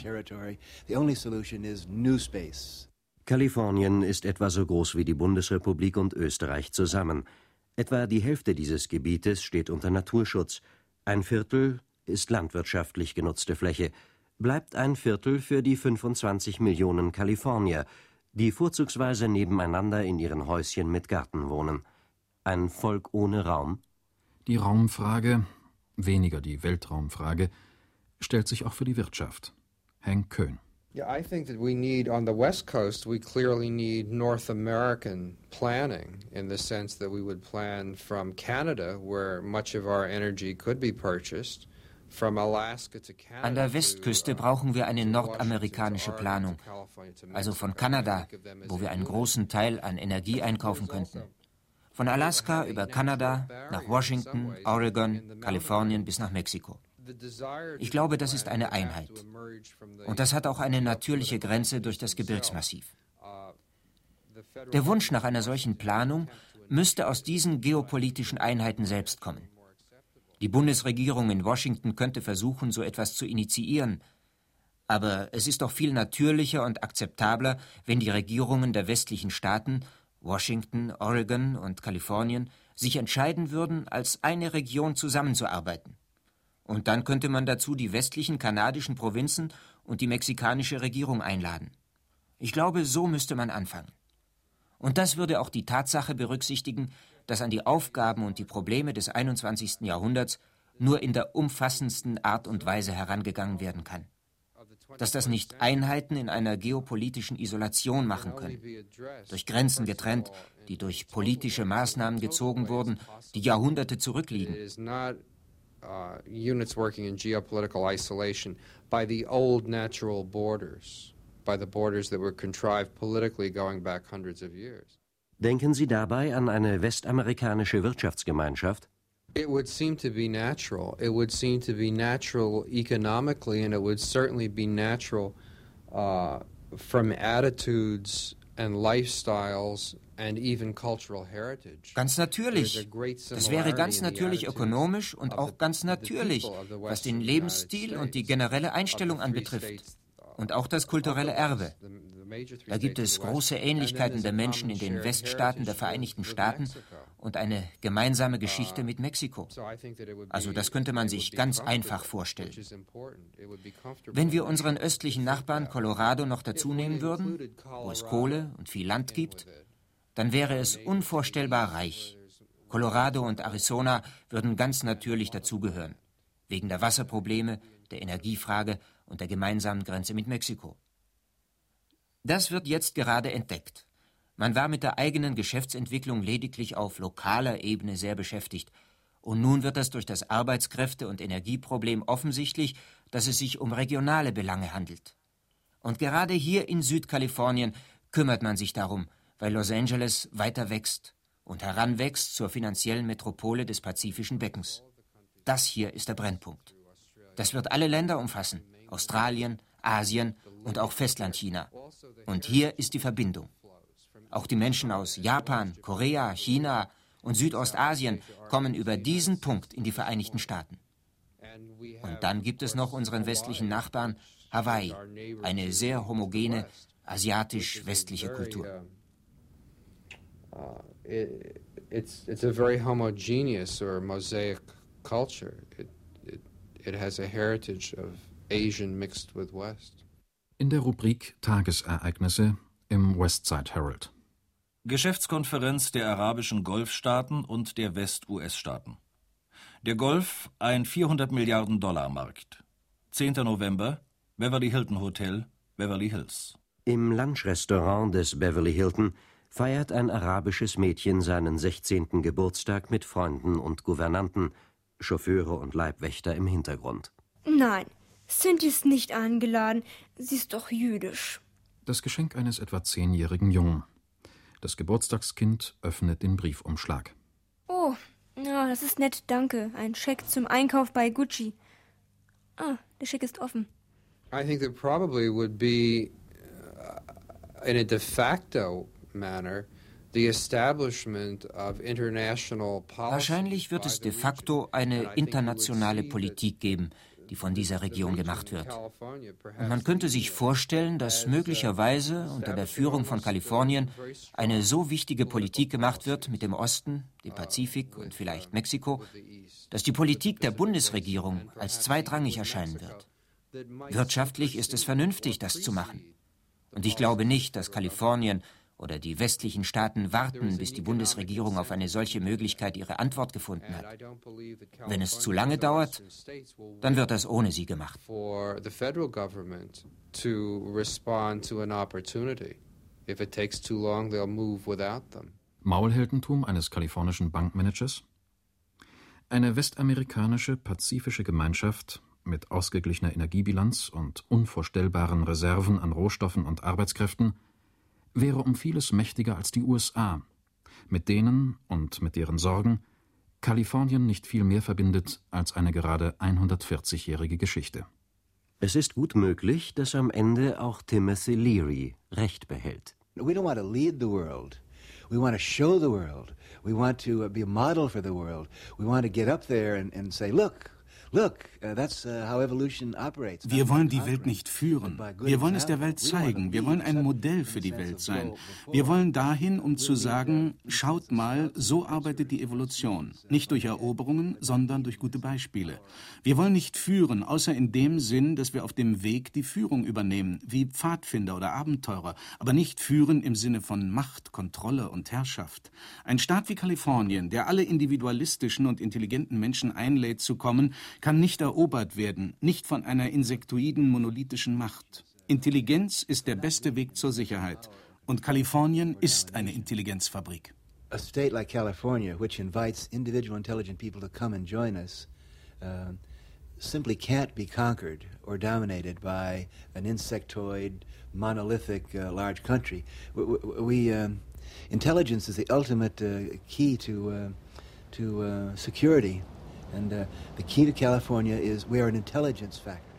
Kalifornien ist etwa so groß wie die Bundesrepublik und Österreich zusammen. Etwa die Hälfte dieses Gebietes steht unter Naturschutz. Ein Viertel ist landwirtschaftlich genutzte Fläche. Bleibt ein Viertel für die fünfundzwanzig Millionen Kalifornier, die vorzugsweise nebeneinander in ihren Häuschen mit Garten wohnen. Ein Volk ohne Raum?
Die Raumfrage, weniger die Weltraumfrage, stellt sich auch für die Wirtschaft. Hank Köhn.
Yeah, I think that we need, on the West Coast, we clearly need North American planning in the sense that we would plan from Canada, where much of our energy could be purchased.
An der Westküste brauchen wir eine nordamerikanische Planung, also von Kanada, wo wir einen großen Teil an Energie einkaufen könnten. Von Alaska über Kanada nach Washington, Oregon, Kalifornien bis nach Mexiko. Ich glaube, das ist eine Einheit. Und das hat auch eine natürliche Grenze durch das Gebirgsmassiv. Der Wunsch nach einer solchen Planung müsste aus diesen geopolitischen Einheiten selbst kommen. Die Bundesregierung in Washington könnte versuchen, so etwas zu initiieren. Aber es ist doch viel natürlicher und akzeptabler, wenn die Regierungen der westlichen Staaten, Washington, Oregon und Kalifornien, sich entscheiden würden, als eine Region zusammenzuarbeiten. Und dann könnte man dazu die westlichen kanadischen Provinzen und die mexikanische Regierung einladen. Ich glaube, so müsste man anfangen. Und das würde auch die Tatsache berücksichtigen, dass an die Aufgaben und die Probleme des einundzwanzigsten Jahrhunderts nur in der umfassendsten Art und Weise herangegangen werden kann. Dass das nicht Einheiten in einer geopolitischen Isolation machen können, durch Grenzen getrennt, die durch politische Maßnahmen gezogen wurden, die Jahrhunderte zurückliegen.
Uh, units working in geopolitical isolation by the old natural borders, by the borders that were contrived politically going back hundreds of years.
Denken Sie dabei an eine westamerikanische Wirtschaftsgemeinschaft?
It would seem to be natural. It would seem to be natural economically, and it would certainly be natural uh, from attitudes and lifestyles and even cultural heritage.
Ganz natürlich. Das wäre ganz natürlich ökonomisch und auch ganz natürlich, was den Lebensstil und die generelle Einstellung anbetrifft. Und auch das kulturelle Erbe. Da gibt es große Ähnlichkeiten der Menschen in den Weststaaten der Vereinigten Staaten und eine gemeinsame Geschichte mit Mexiko. Also das könnte man sich ganz einfach vorstellen. Wenn wir unseren östlichen Nachbarn Colorado noch dazu nehmen würden, wo es Kohle und viel Land gibt, dann wäre es unvorstellbar reich. Colorado und Arizona würden ganz natürlich dazugehören, wegen der Wasserprobleme, der Energiefrage und der gemeinsamen Grenze mit Mexiko. Das wird jetzt gerade entdeckt. Man war mit der eigenen Geschäftsentwicklung lediglich auf lokaler Ebene sehr beschäftigt. Und nun wird es durch das Arbeitskräfte- und Energieproblem offensichtlich, dass es sich um regionale Belange handelt. Und gerade hier in Südkalifornien kümmert man sich darum, weil Los Angeles weiter wächst und heranwächst zur finanziellen Metropole des Pazifischen Beckens. Das hier ist der Brennpunkt. Das wird alle Länder umfassen, Australien, Asien und auch Festlandchina. Und hier ist die Verbindung. Auch die Menschen aus Japan, Korea, China und Südostasien kommen über diesen Punkt in die Vereinigten Staaten. Und dann gibt es noch unseren westlichen Nachbarn, Hawaii, eine sehr homogene, asiatisch-westliche Kultur.
Uh, it, it's, it's a very homogeneous or mosaic culture. It, it, it has a heritage of Asian mixed with West.
In der Rubrik Tagesereignisse im Westside Herald.
Geschäftskonferenz der arabischen Golfstaaten und der West-U S-Staaten. Der Golf ein vierhundert Milliarden Dollar Markt. zehnter November, Beverly Hilton Hotel, Beverly Hills.
Im Lunchrestaurant des Beverly Hilton feiert ein arabisches Mädchen seinen sechzehnten Geburtstag mit Freunden und Gouvernanten, Chauffeure und Leibwächter im Hintergrund.
Nein, Cindy ist nicht eingeladen. Sie ist doch jüdisch.
Das Geschenk eines etwa zehnjährigen Jungen. Das Geburtstagskind öffnet den Briefumschlag.
Oh, ja, das ist nett, danke. Ein Scheck zum Einkauf bei Gucci. Ah, der Scheck ist offen.
I think there probably would be, uh, in a de facto manner, the establishment of international policy.
Wahrscheinlich wird es de facto eine internationale Politik geben, die von dieser Region gemacht wird. Und man könnte sich vorstellen, dass möglicherweise unter der Führung von Kalifornien eine so wichtige Politik gemacht wird mit dem Osten, dem Pazifik und vielleicht Mexiko, dass die Politik der Bundesregierung als zweitrangig erscheinen wird. Wirtschaftlich ist es vernünftig, das zu machen. Und ich glaube nicht, dass Kalifornien oder die westlichen Staaten warten, bis die Bundesregierung auf eine solche Möglichkeit ihre Antwort gefunden hat. Wenn es zu lange dauert, dann wird das ohne sie gemacht.
Maulheldentum eines kalifornischen Bankmanagers? Eine westamerikanische pazifische Gemeinschaft mit ausgeglichener Energiebilanz und unvorstellbaren Reserven an Rohstoffen und Arbeitskräften wäre um vieles mächtiger als die U S A, mit denen und mit deren Sorgen Kalifornien nicht viel mehr verbindet als eine gerade hundertvierzigjährige Geschichte.
Es ist gut möglich, dass am Ende auch Timothy Leary Recht behält.
We don't want to lead the world. We want to show the world. We want to be a model for the world. We want to get up there and, and say, look, look, uh, that's uh, how evolution operates.
Wir wollen die Welt nicht führen. Wir wollen es der Welt zeigen. Wir wollen ein Modell für die Welt sein. Wir wollen dahin, um zu sagen, schaut mal, so arbeitet die Evolution. Nicht durch Eroberungen, sondern durch gute Beispiele. Wir wollen nicht führen, außer in dem Sinn, dass wir auf dem Weg die Führung übernehmen, wie Pfadfinder oder Abenteurer, aber nicht führen im Sinne von Macht, Kontrolle und Herrschaft. Ein Staat wie Kalifornien, der alle individualistischen und intelligenten Menschen einlädt zu kommen, kann nicht erobert werden, nicht von einer insektoiden, monolithischen Macht. Intelligenz ist der beste Weg zur Sicherheit. Und Kalifornien ist eine Intelligenzfabrik.
A state like California, which invites individual intelligent people to come and join us, uh, simply can't be conquered or dominated by an insectoid, monolithic, uh, large country. We, we um, intelligence is the ultimate uh, key to uh, to uh, security. And uh, the key to California is we are an intelligence factory.